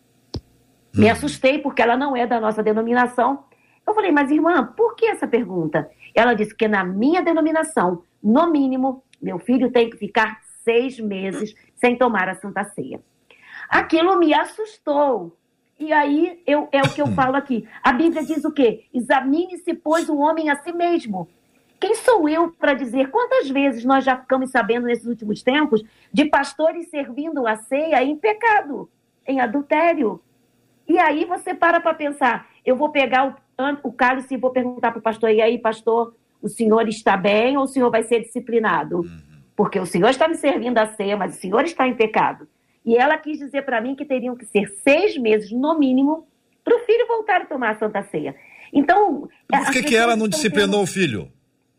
Me assustei, porque ela não é da nossa denominação. Eu falei, mas irmã, por que essa pergunta? Ela disse que na minha denominação, no mínimo, meu filho tem que ficar 6 meses sem tomar a Santa Ceia. Aquilo me assustou. E aí, é o que eu falo aqui. A Bíblia diz o quê? Examine-se, pois, o homem a si mesmo. Quem sou eu para dizer quantas vezes nós já ficamos sabendo nesses últimos tempos de pastores servindo a ceia em pecado, em adultério? E aí você para pensar, eu vou pegar o cálice e vou perguntar para o pastor, e aí, pastor, o senhor está bem ou o senhor vai ser disciplinado? Porque o senhor está me servindo a ceia, mas o senhor está em pecado. E ela quis dizer para mim que teriam que ser 6 meses, no mínimo, para o filho voltar a tomar a Santa Ceia. Então... Por que ela não disciplinou o filho?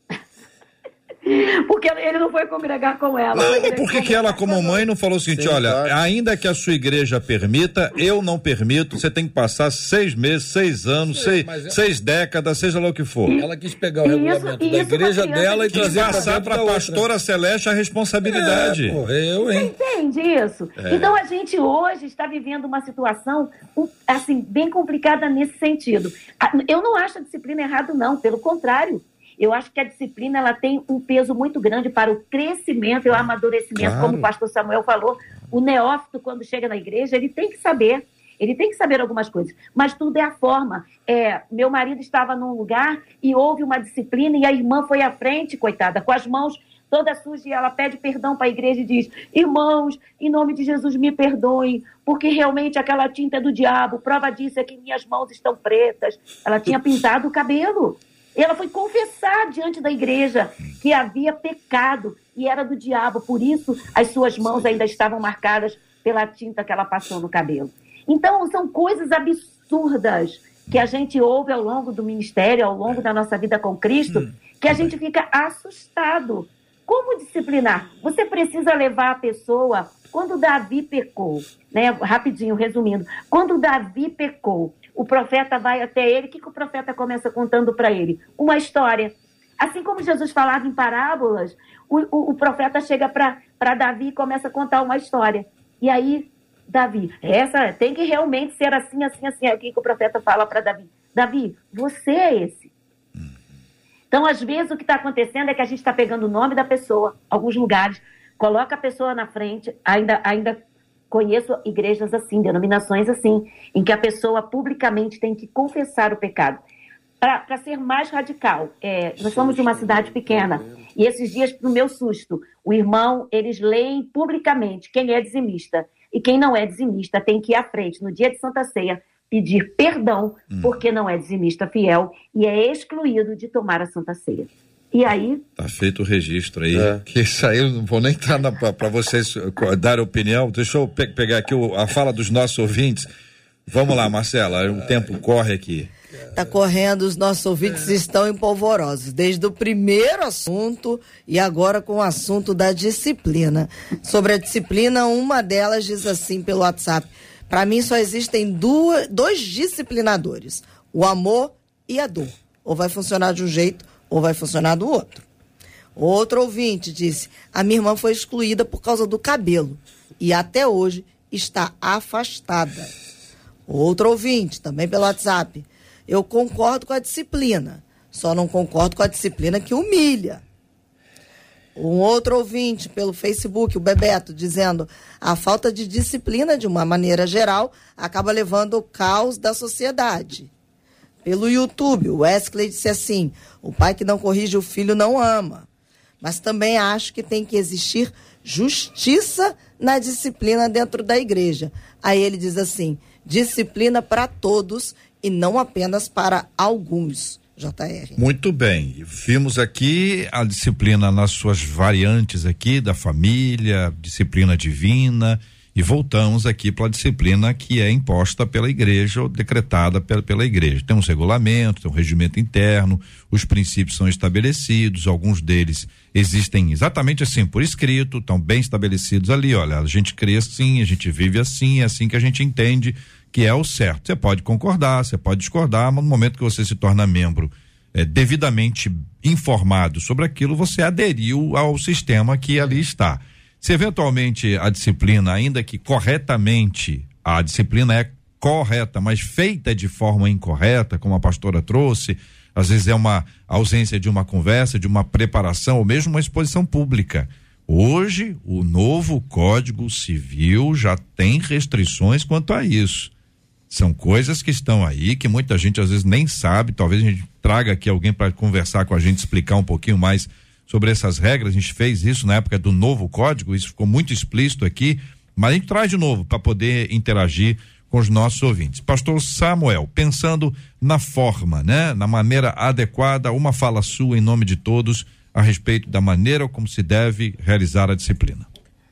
Porque ele não foi congregar com ela. Não, mas por que ela, como mãe, não falou o seguinte: olha, claro, ainda que a sua igreja permita, eu não permito, você tem que passar 6 meses, 6 anos, 6 décadas, seja lá o que for. Ela quis pegar o regulamento da igreja dela e trazer passar para a pastora Celeste a responsabilidade. Você entende isso? Então a gente hoje está vivendo uma situação assim, bem complicada nesse sentido. Eu não acho a disciplina errada, não, pelo contrário. Eu acho que a disciplina ela tem um peso muito grande para o crescimento e o amadurecimento, claro, como o pastor Samuel falou. O neófito, quando chega na igreja, ele tem que saber algumas coisas, mas tudo é a forma. Meu marido estava num lugar e houve uma disciplina e a irmã foi à frente, coitada, com as mãos toda suja, e ela pede perdão para a igreja e diz: irmãos, em nome de Jesus me perdoem, porque realmente aquela tinta é do diabo, prova disso é que minhas mãos estão pretas. Ela tinha pintado o cabelo. Ela foi confessar diante da igreja que havia pecado e era do diabo, por isso as suas mãos ainda estavam marcadas pela tinta que ela passou no cabelo. Então, são coisas absurdas que a gente ouve ao longo do ministério, ao longo da nossa vida com Cristo, que a gente fica assustado. Como disciplinar? Você precisa levar a pessoa... Quando Davi pecou, né? Rapidinho, resumindo, quando Davi pecou, o profeta vai até ele, o que o profeta começa contando para ele? Uma história. Assim como Jesus falava em parábolas, o profeta chega para Davi e começa a contar uma história. E aí, Davi, essa tem que realmente ser assim, assim, assim. É o que o profeta fala para Davi? Davi, você é esse. Então, às vezes, o que está acontecendo é que a gente está pegando o nome da pessoa, alguns lugares, coloca a pessoa na frente, ainda conheço igrejas assim, denominações assim, em que a pessoa publicamente tem que confessar o pecado. Para ser mais radical, nós somos de uma cidade pequena, e esses dias, no meu susto, o irmão, eles leem publicamente quem é dizimista, e quem não é dizimista tem que ir à frente, no dia de Santa Ceia, pedir perdão, porque não é dizimista fiel, e é excluído de tomar a Santa Ceia. E aí... Tá feito o registro aí, que isso aí eu não vou nem entrar para vocês dar opinião. Deixa eu pegar aqui a fala dos nossos ouvintes. Vamos lá, Marcela, o tempo corre aqui. Tá correndo, os nossos ouvintes estão empolvorosos, desde o primeiro assunto e agora com o assunto da disciplina. Sobre a disciplina, uma delas diz assim pelo WhatsApp: para mim só existem dois disciplinadores, o amor e a dor. Ou vai funcionar de um jeito ou vai funcionar do outro. Outro ouvinte disse: a minha irmã foi excluída por causa do cabelo e até hoje está afastada. Outro ouvinte, também pelo WhatsApp: eu concordo com a disciplina, só não concordo com a disciplina que humilha. Um outro ouvinte pelo Facebook, o Bebeto, dizendo: a falta de disciplina, de uma maneira geral, acaba levando ao caos da sociedade. Pelo YouTube, o Wesley disse assim: o pai que não corrige o filho não ama. Mas também acho que tem que existir justiça na disciplina dentro da igreja. Aí ele diz assim: disciplina para todos e não apenas para alguns. JR. Muito bem, vimos aqui a disciplina nas suas variantes aqui, da família, disciplina divina, e voltamos aqui para a disciplina que é imposta pela igreja ou decretada pela igreja. Tem um regulamento, tem um regimento interno, os princípios são estabelecidos, alguns deles existem exatamente assim, por escrito, estão bem estabelecidos ali. Olha, a gente crê assim, a gente vive assim, é assim que a gente entende que é o certo. Você pode concordar, você pode discordar, mas no momento que você se torna membro devidamente informado sobre aquilo, você aderiu ao sistema que ali está. Se eventualmente a disciplina, ainda que corretamente, a disciplina é correta, mas feita de forma incorreta, como a pastora trouxe, às vezes é uma ausência de uma conversa, de uma preparação, ou mesmo uma exposição pública. Hoje, o novo Código Civil já tem restrições quanto a isso. São coisas que estão aí, que muita gente às vezes nem sabe. Talvez a gente traga aqui alguém para conversar com a gente, explicar um pouquinho mais sobre essas regras. A gente fez isso na época do novo código, isso ficou muito explícito aqui, mas a gente traz de novo para poder interagir com os nossos ouvintes. Pastor Samuel, pensando na forma, né? Na maneira adequada, uma fala sua em nome de todos a respeito da maneira como se deve realizar a disciplina.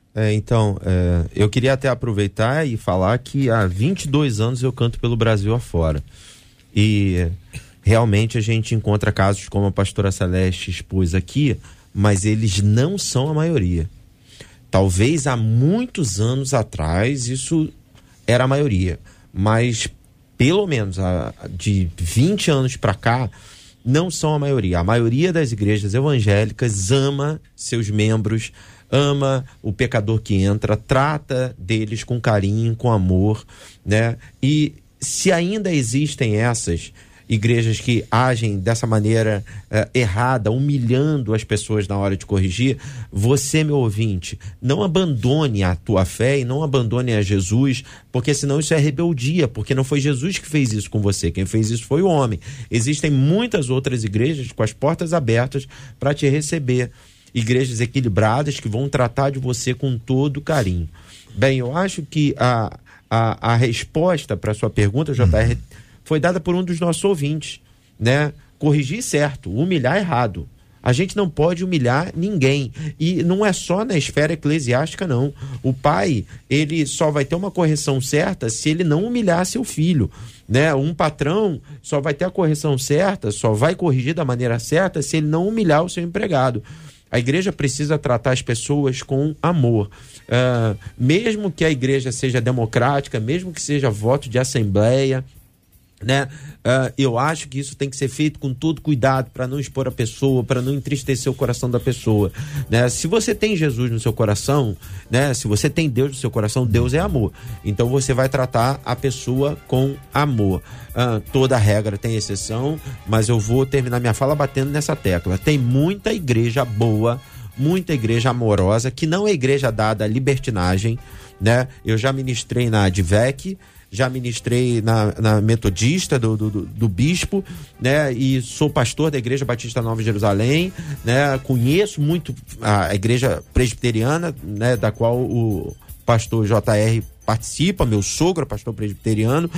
Eu queria até aproveitar e falar que há 22 anos eu canto pelo Brasil afora. E realmente a gente encontra casos como a pastora Celeste expôs aqui, mas eles não são a maioria. Talvez há muitos anos atrás isso era a maioria, mas pelo menos de 20 anos para cá, não são a maioria. A maioria das igrejas evangélicas ama seus membros, ama o pecador que entra, trata deles com carinho, com amor, né? E se ainda existem essas igrejas que agem dessa maneira errada, humilhando as pessoas na hora de corrigir, você, meu ouvinte, não abandone a tua fé e não abandone a Jesus, porque senão isso é rebeldia, porque não foi Jesus que fez isso com você, quem fez isso foi o homem. Existem muitas outras igrejas com as portas abertas para te receber, igrejas equilibradas que vão tratar de você com todo carinho. Bem, eu acho que a resposta para a sua pergunta, JR, foi dada por um dos nossos ouvintes, né? Corrigir certo, humilhar errado. A gente não pode humilhar ninguém. E não é só na esfera eclesiástica, não. O pai, ele só vai ter uma correção certa se ele não humilhar seu filho, né? Um patrão só vai ter a correção certa, só vai corrigir da maneira certa se ele não humilhar o seu empregado. A igreja precisa tratar as pessoas com amor. Mesmo que a igreja seja democrática, mesmo que seja voto de assembleia, né? Eu acho que isso tem que ser feito com todo cuidado para não expor a pessoa, para não entristecer o coração da pessoa, né? Se você tem Jesus no seu coração, né? Se você tem Deus no seu coração, Deus é amor, então você vai tratar a pessoa com amor. Toda regra tem exceção, mas eu vou terminar minha fala batendo nessa tecla. Tem muita igreja boa, muita igreja amorosa, que não é igreja dada à libertinagem, né? Eu já ministrei na ADVEC, já ministrei na Metodista do Bispo, né? E sou pastor da Igreja Batista Nova Jerusalém, né? Conheço muito a Igreja Presbiteriana, né? Da qual o pastor JR participa, meu sogro é pastor presbiteriano.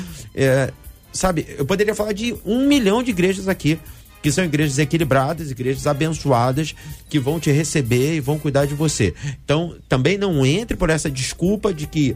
Sabe, eu poderia falar de 1 milhão de igrejas aqui, que são igrejas equilibradas, igrejas abençoadas, que vão te receber e vão cuidar de você. Então, também não entre por essa desculpa de que,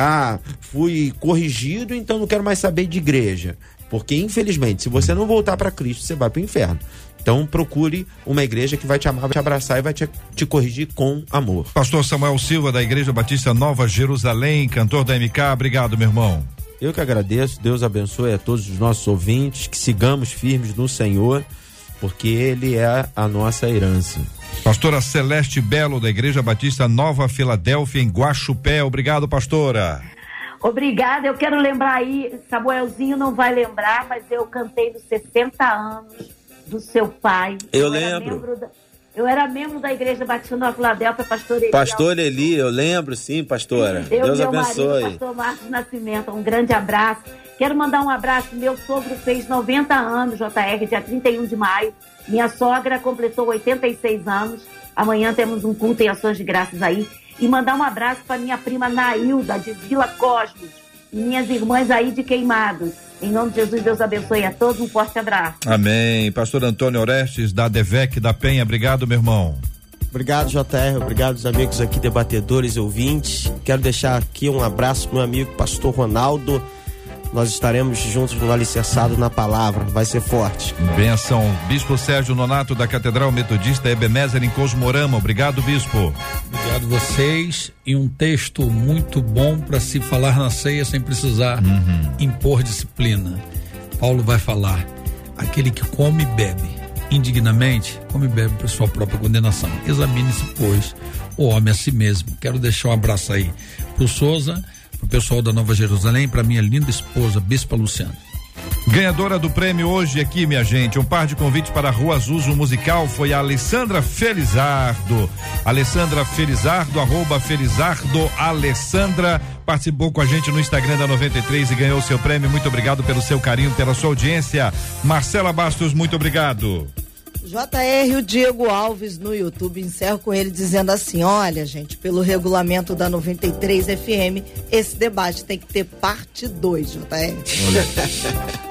fui corrigido, então não quero mais saber de igreja. Porque, infelizmente, se você não voltar para Cristo, você vai para o inferno. Então, procure uma igreja que vai te amar, vai te abraçar e vai te corrigir com amor. Pastor Samuel Silva, da Igreja Batista Nova Jerusalém, cantor da MK, obrigado, meu irmão. Eu que agradeço, Deus abençoe a todos os nossos ouvintes, que sigamos firmes no Senhor, porque Ele é a nossa herança. Pastora Celeste Belo, da Igreja Batista Nova Filadélfia, em Guaxupé, obrigado, pastora. Obrigada, eu quero lembrar aí, Samuelzinho não vai lembrar, mas eu cantei nos 60 anos do seu pai. Eu lembro. Eu era membro da Igreja Batista Nova Filadélfia, pastor Eli. Pastor Eli, eu lembro sim, pastora. Deus abençoe. Marido, pastor Marcos Nascimento, um grande abraço. Quero mandar um abraço, meu sogro fez 90 anos, JR, dia 31 de maio. Minha sogra completou 86 anos. Amanhã temos um culto em ações de graças aí. E mandar um abraço para minha prima Nailda, de Vila Cosmos. E minhas irmãs aí de Queimados. Em nome de Jesus, Deus abençoe a todos, um forte abraço. Amém. Pastor Antônio Orestes, da ADVEC da Penha, obrigado, meu irmão. Obrigado, JR, obrigado os amigos aqui, debatedores e ouvintes. Quero deixar aqui um abraço pro meu amigo pastor Ronaldo. Nós estaremos juntos no Alicerçado na Palavra, vai ser forte. Benção. Bispo Sérgio Nonato, da Catedral Metodista Ebenezer, em Cosmorama, obrigado, bispo. Obrigado vocês, e um texto muito bom para se falar na ceia sem precisar impor disciplina. Paulo vai falar: aquele que come e bebe indignamente, come e bebe para sua própria condenação. Examine-se, pois, o homem a si mesmo. Quero deixar um abraço aí pro Souza, pro pessoal da Nova Jerusalém, para minha linda esposa, Bispa Luciana. Ganhadora do prêmio hoje aqui, minha gente, um par de convites para a Rua Azuso Musical foi a Alessandra Felizardo. Alessandra Felizardo, @Felizardo Alessandra, participou com a gente no Instagram da 93 e ganhou o seu prêmio. Muito obrigado pelo seu carinho, pela sua audiência. Marcela Bastos, muito obrigado. JR, o Diego Alves no YouTube, encerro com ele dizendo assim: olha, gente, pelo regulamento da 93 FM, esse debate tem que ter parte 2, JR.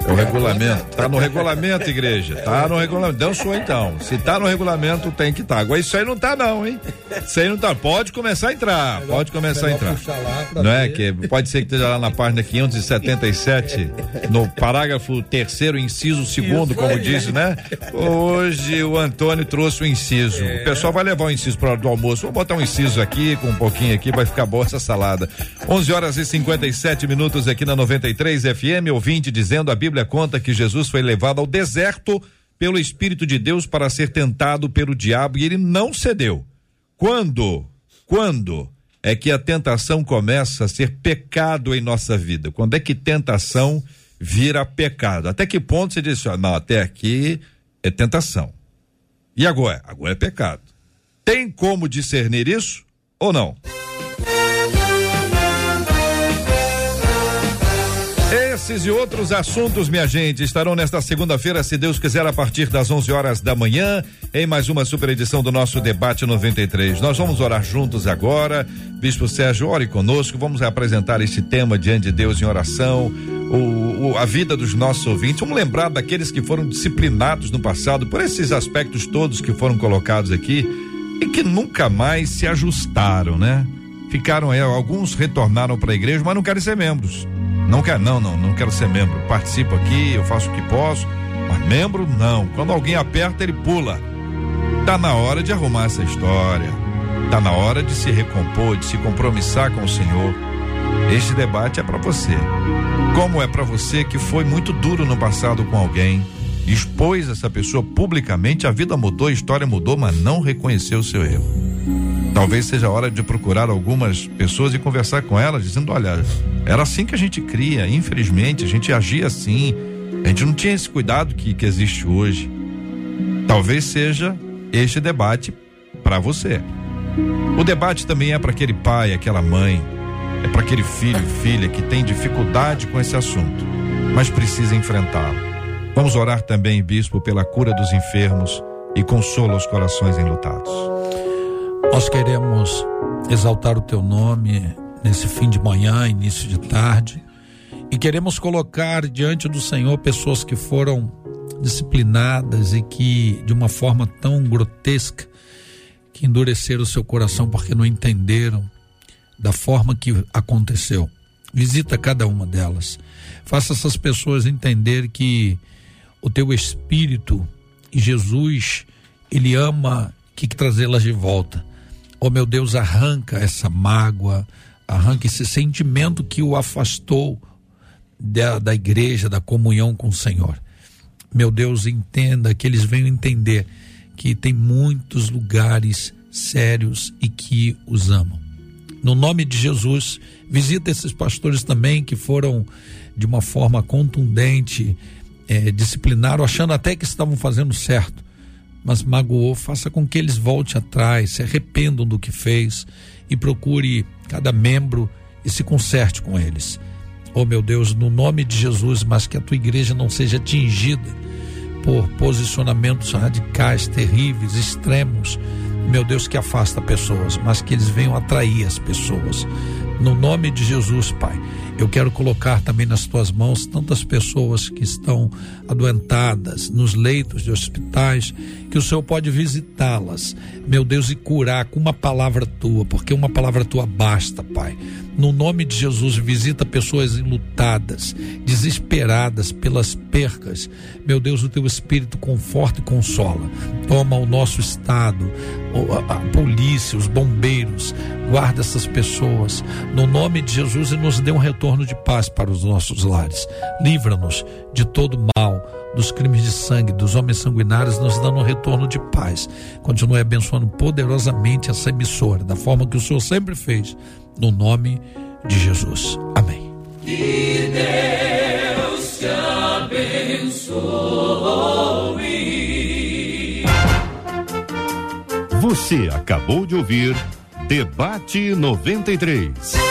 É o regulamento. Tá no regulamento, igreja. Tá no regulamento. Dançou então. Se tá no regulamento, tem que estar. Agora isso aí não tá, não, hein? Isso aí não tá. Pode começar a entrar. Pode começar a entrar. Não é? Que pode ser que esteja lá na página 577, no parágrafo 3º, inciso 2º, como disse, né? Hoje o Antônio trouxe o inciso. O pessoal vai levar o inciso para hora do almoço. Vou botar um inciso aqui, com um pouquinho aqui, vai ficar boa essa salada. 11h57 aqui na 93 FM, ouvinte dizendo: a Bíblia conta que Jesus foi levado ao deserto pelo Espírito de Deus para ser tentado pelo diabo e ele não cedeu. Quando é que a tentação começa a ser pecado em nossa vida? Quando é que tentação vira pecado? Até que ponto você diz, não, até aqui é tentação. E agora? Agora é pecado. Tem como discernir isso ou não? Esses e outros assuntos, minha gente, estarão nesta segunda-feira, se Deus quiser, a partir das 11h da manhã, em mais uma super edição do nosso Debate 93. Nós vamos orar juntos agora. Bispo Sérgio, ore conosco. Vamos apresentar este tema diante de Deus em oração, a vida dos nossos ouvintes. Vamos lembrar daqueles que foram disciplinados no passado por esses aspectos todos que foram colocados aqui e que nunca mais se ajustaram, né? Ficaram aí, alguns retornaram para a igreja, mas não querem ser membros. Não quero ser membro. Participo aqui, eu faço o que posso, mas membro não. Quando alguém aperta, ele pula. Tá na hora de arrumar essa história. Tá na hora de se recompor, de se compromissar com o Senhor. Este debate é para você. Como é para você que foi muito duro no passado com alguém, expôs essa pessoa publicamente, a vida mudou, a história mudou, mas não reconheceu o seu erro. Talvez seja a hora de procurar algumas pessoas e conversar com elas, dizendo, olha, era assim que a gente cria, infelizmente, a gente agia assim, a gente não tinha esse cuidado que existe hoje. Talvez seja este debate para você. O debate também é para aquele pai, aquela mãe, é para aquele filho, filha que tem dificuldade com esse assunto, mas precisa enfrentá-lo. Vamos orar também, bispo, pela cura dos enfermos e consola os corações enlutados. Nós queremos exaltar o teu nome nesse fim de manhã, início de tarde, e queremos colocar diante do Senhor pessoas que foram disciplinadas e que de uma forma tão grotesca que endureceram o seu coração porque não entenderam da forma que aconteceu. Visita cada uma delas, faça essas pessoas entender que o teu Espírito e Jesus, ele ama que trazê-las de volta. Oh meu Deus, arranca essa mágoa, arranca esse sentimento que o afastou da igreja, da comunhão com o Senhor. Meu Deus, entenda, que eles venham entender que tem muitos lugares sérios e que os amam. No nome de Jesus, visita esses pastores também que foram de uma forma contundente, disciplinaram, achando até que estavam fazendo certo, mas magoou. Faça com que eles voltem atrás, se arrependam do que fez e procure cada membro e se conserte com eles. Oh meu Deus, no nome de Jesus, mas que a tua igreja não seja atingida por posicionamentos radicais, terríveis, extremos, meu Deus, que afasta pessoas, mas que eles venham atrair as pessoas. No nome de Jesus, Pai, eu quero colocar também nas tuas mãos tantas pessoas que estão adoentadas nos leitos de hospitais, que o Senhor pode visitá-las, meu Deus, e curar com uma palavra tua, porque uma palavra tua basta, Pai. No nome de Jesus, visita pessoas enlutadas, desesperadas pelas percas. Meu Deus, o teu Espírito conforta e consola. Toma o nosso estado, a polícia, os bombeiros, guarda essas pessoas no nome de Jesus e nos dê um retorno de paz para os nossos lares. Livra-nos de todo mal, dos crimes de sangue, dos homens sanguinários, nos dando um retorno de paz. Continue abençoando poderosamente essa emissora, da forma que o Senhor sempre fez, no nome de Jesus. Amém. Que Deus te abençoe. Você acabou de ouvir Debate 93.